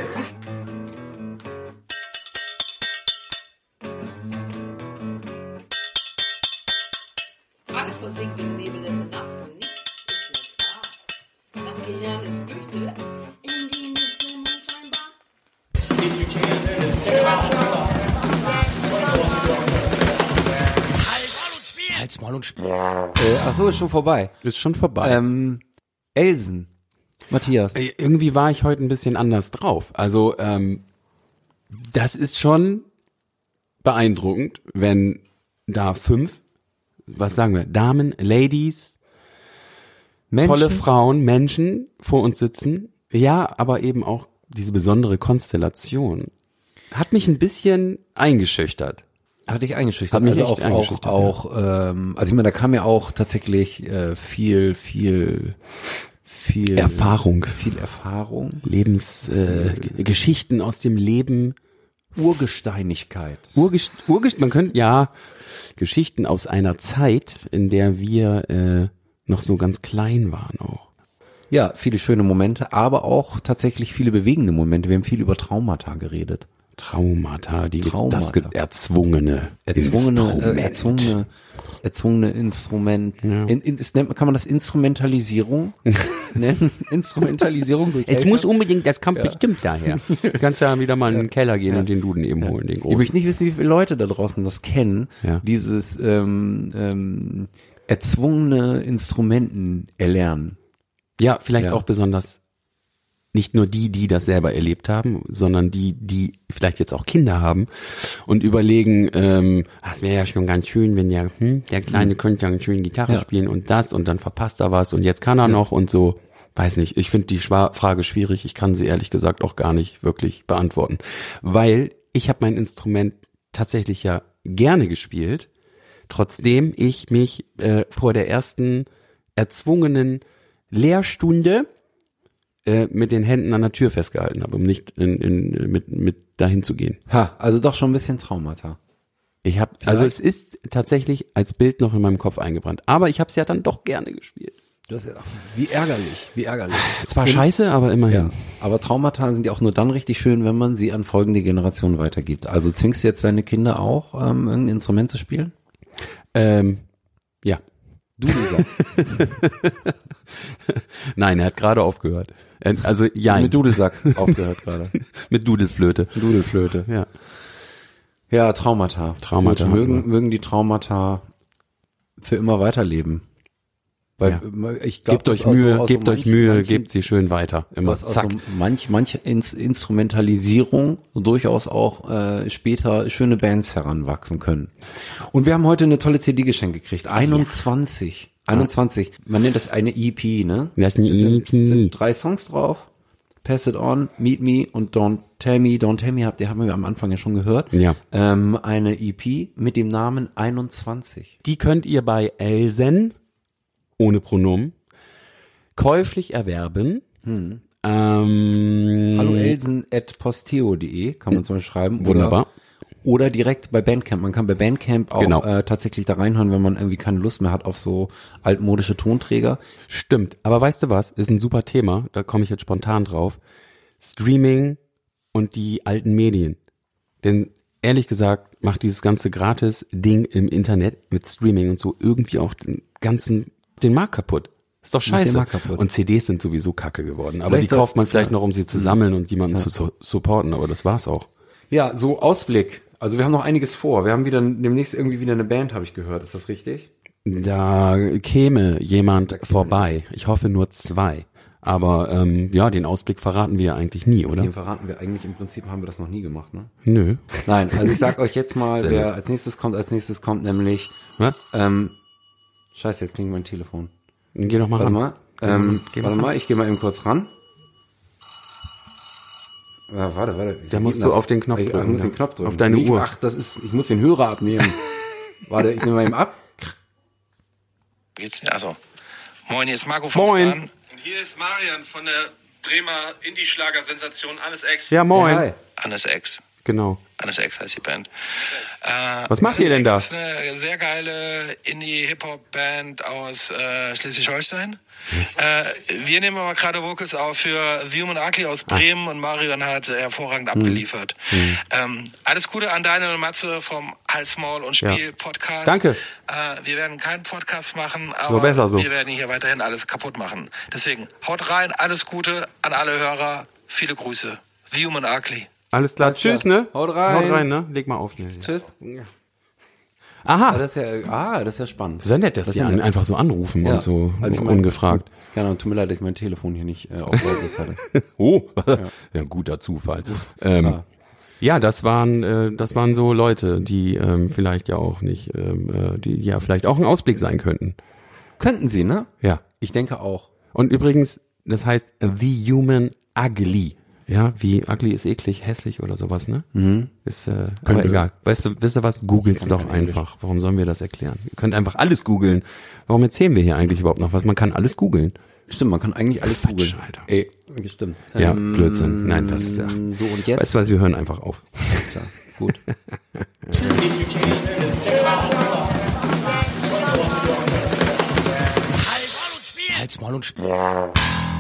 Alles versinkt im Nebel des Nachts. Nichts ist mehr da. Das Gehirn ist flüchtig in die Mission scheinbar. Halt's Maul und Spiel. Äh, ach so, ist schon vorbei. Ist schon vorbei. Ähm, Elsen. Matthias. Äh, Irgendwie war ich heute ein bisschen anders drauf. Also, ähm, das ist schon beeindruckend, wenn da fünf, was sagen wir, Damen, Ladies, Menschen. tolle Frauen, Menschen vor uns sitzen. Ja, aber eben auch diese besondere Konstellation. Hat mich ein bisschen eingeschüchtert. Hat dich eingeschüchtert. Hat mich also echt auch, eingeschüchtert, auch, auch ähm, also ich meine, da kam ja auch tatsächlich äh, viel, viel, viel Erfahrung. Viel Erfahrung. Lebens, äh, G- Geschichten aus dem Leben. Urgesteinigkeit. Urgest, Urgest, man könnte, ja, Geschichten aus einer Zeit, in der wir äh, noch so ganz klein waren auch. Ja, viele schöne Momente, aber auch tatsächlich viele bewegende Momente. Wir haben viel über Traumata geredet. Traumata, die Traumata. das ge- erzwungene, Erzwungene, Instrument. äh, erzwungene, erzwungene Instrument. Ja. In, in, ist, nennt, man- kann man das Instrumentalisierung nennen? Instrumentalisierung durch Es Eltern? muss unbedingt, das kommt bestimmt daher. Du kannst ja wieder mal in den Keller gehen und den Duden eben holen, den Ich großen. möchte nicht wissen, wie viele Leute da draußen das kennen, Ja. dieses ähm, ähm, erzwungene Instrumenten erlernen. Ja, vielleicht Ja. auch besonders nicht nur die, die das selber erlebt haben, sondern die, die vielleicht jetzt auch Kinder haben und überlegen, ähm, ach, es wäre ja schon ganz schön, wenn der, hm, der Kleine könnte ja schön Gitarre Ja. spielen und das und dann verpasst er was und jetzt kann er noch und so. Weiß nicht, ich finde die Schwa- Frage schwierig, ich kann sie ehrlich gesagt auch gar nicht wirklich beantworten, weil ich habe mein Instrument tatsächlich ja gerne gespielt, trotzdem ich mich äh, vor der ersten erzwungenen Lehrstunde äh, mit den Händen an der Tür festgehalten habe, um nicht in, in, mit, mit dahin zu gehen. Ha, also doch schon ein bisschen Traumata. Ich habe, also es ist tatsächlich als Bild noch in meinem Kopf eingebrannt, aber ich habe es ja dann doch gerne gespielt. Das ist ja, wie ärgerlich, wie ärgerlich. Zwar scheiße, aber immerhin. Ja, aber Traumata sind ja auch nur dann richtig schön, wenn man sie an folgende Generationen weitergibt. Also zwingst du jetzt deine Kinder auch, ähm, irgendein Instrument zu spielen? Ähm, ja. Du, Lisa. Nein, er hat gerade aufgehört. Äh, Also ja. Mit Dudelsack aufgehört gerade. Mit Dudelflöte. Dudelflöte. Ja. Ja, Traumata. Traumata Gut, hatten wir. mögen, mögen die Traumata für immer weiterleben. Weil Ja. ich glaube, Gebt euch Mühe, gebt euch Mühe, gebt sie schön weiter. Immer was aus zack. so manch, manch Ins Instrumentalisierung durchaus auch äh, später schöne Bands heranwachsen können. Und wir haben heute eine tolle C D geschenkt gekriegt. einundzwanzig. einundzwanzig. Man nennt das eine E P, ne? Das ist eine Es sind, E P. sind drei Songs drauf. Pass It On, Meet Me und Don't Tell Me. Don't Tell Me habt ihr, haben wir am Anfang ja schon gehört. Ja. Ähm, eine E P mit dem Namen einundzwanzig. Die könnt ihr bei Elsen, ohne Pronomen, käuflich erwerben. Hm. Ähm, Hallo Elsen at posteo punkt de kann man zum Beispiel schreiben. Wunderbar. Oder, oder direkt bei Bandcamp. Man kann bei Bandcamp auch Genau. äh, tatsächlich da reinhören, wenn man irgendwie keine Lust mehr hat auf so altmodische Tonträger. Stimmt, aber weißt du was, ist ein super Thema, da komme ich jetzt spontan drauf. Streaming und die alten Medien. Denn ehrlich gesagt macht dieses ganze Gratis-Ding im Internet mit Streaming und so irgendwie auch den ganzen, den Markt kaputt. Ist doch Macht den scheiße. Markt kaputt. Und C Ds sind sowieso kacke geworden. Aber Vielleicht die soll- kauft man vielleicht ja. noch, um sie zu sammeln und jemanden zu su- supporten, aber das war's auch. Ja, so Ausblick. Also wir haben noch einiges vor. Wir haben wieder demnächst irgendwie wieder eine Band, habe ich gehört. Ist das richtig? Da käme jemand vorbei. Ich hoffe nur zwei. Aber ähm, ja, den Ausblick verraten wir eigentlich nie, oder? Den verraten wir eigentlich, im Prinzip haben wir das noch nie gemacht, ne? Nö. Nein, also ich sag euch jetzt mal, Sehr wer gut. als nächstes kommt. Als nächstes kommt nämlich, Was? ähm, scheiße, jetzt klingt mein Telefon. Geh doch mal Warte ran. mal, ähm, Geh mal warte ran. mal, ich gehe mal eben kurz ran. Ja, warte, warte. Wie Da musst geht du das? auf den Knopf ich, drücken, Ich muss ja. den Knopf drücken. Auf deine Nee, Uhr. Ach, das ist, ich muss den Hörer abnehmen. Warte, ich nehme mal eben ab. Geht's? Also, moin, hier ist Marco von Moin. Stan. Und hier ist Marian von der Bremer Indie-Schlager-Sensation Annes X. Ja, moin. Ja, hi. Annes X. Genau. Annes X heißt die Band. Äh, Was macht ihr denn da? Das ist eine sehr geile Indie-Hip-Hop-Band aus äh, Schleswig-Holstein. Äh, wir nehmen aber gerade Vocals auf für The Human Ugly aus Bremen und Marion hat hervorragend abgeliefert. Ähm, alles Gute an Daniel und Matze vom Hals, Maul und Spiel Ja. Podcast. Danke. Äh, wir werden keinen Podcast machen, aber Nur besser so. wir werden hier weiterhin alles kaputt machen. Deswegen haut rein, alles Gute an alle Hörer, viele Grüße. The Human Ugly. Alles klar. Alles klar. Tschüss, ne? Haut rein. Haut rein, ne? Leg mal auf. Ne? Tschüss. Aha. Ah, das ist ja, ah, das ist ja spannend. Das ist ja nett, dass Das die ist ja an, nett. einfach so anrufen Ja. und so Also ich mein- ungefragt. Genau, tut mir leid, dass ich mein Telefon hier nicht äh, auf lautlos hatte. Oh, ja. guter Zufall. Ähm, Ja. ja, das waren äh, das waren so Leute, die ähm, vielleicht ja auch nicht, ähm, äh, die ja vielleicht auch ein Ausblick sein könnten. Könnten sie, ne? Ja. Ich denke auch. Und übrigens, das heißt The Human Ugly. Ja, wie ugly ist eklig, hässlich oder sowas, ne? Mhm. Ist, äh, aber egal. Weißt du, wisst ihr was? Googelt's doch einfach. Warum sollen wir das erklären? Ihr könnt einfach alles googeln. Warum erzählen wir hier eigentlich überhaupt noch was? Man kann alles googeln. Stimmt, man kann eigentlich alles Quatsch, googeln. Alter. Ey, stimmt. Ja, Ähm, Blödsinn. Nein, das ist ja. So, und jetzt? Weißt du was, wir hören einfach auf. Alles klar, gut. Halt's Maul und Spiel.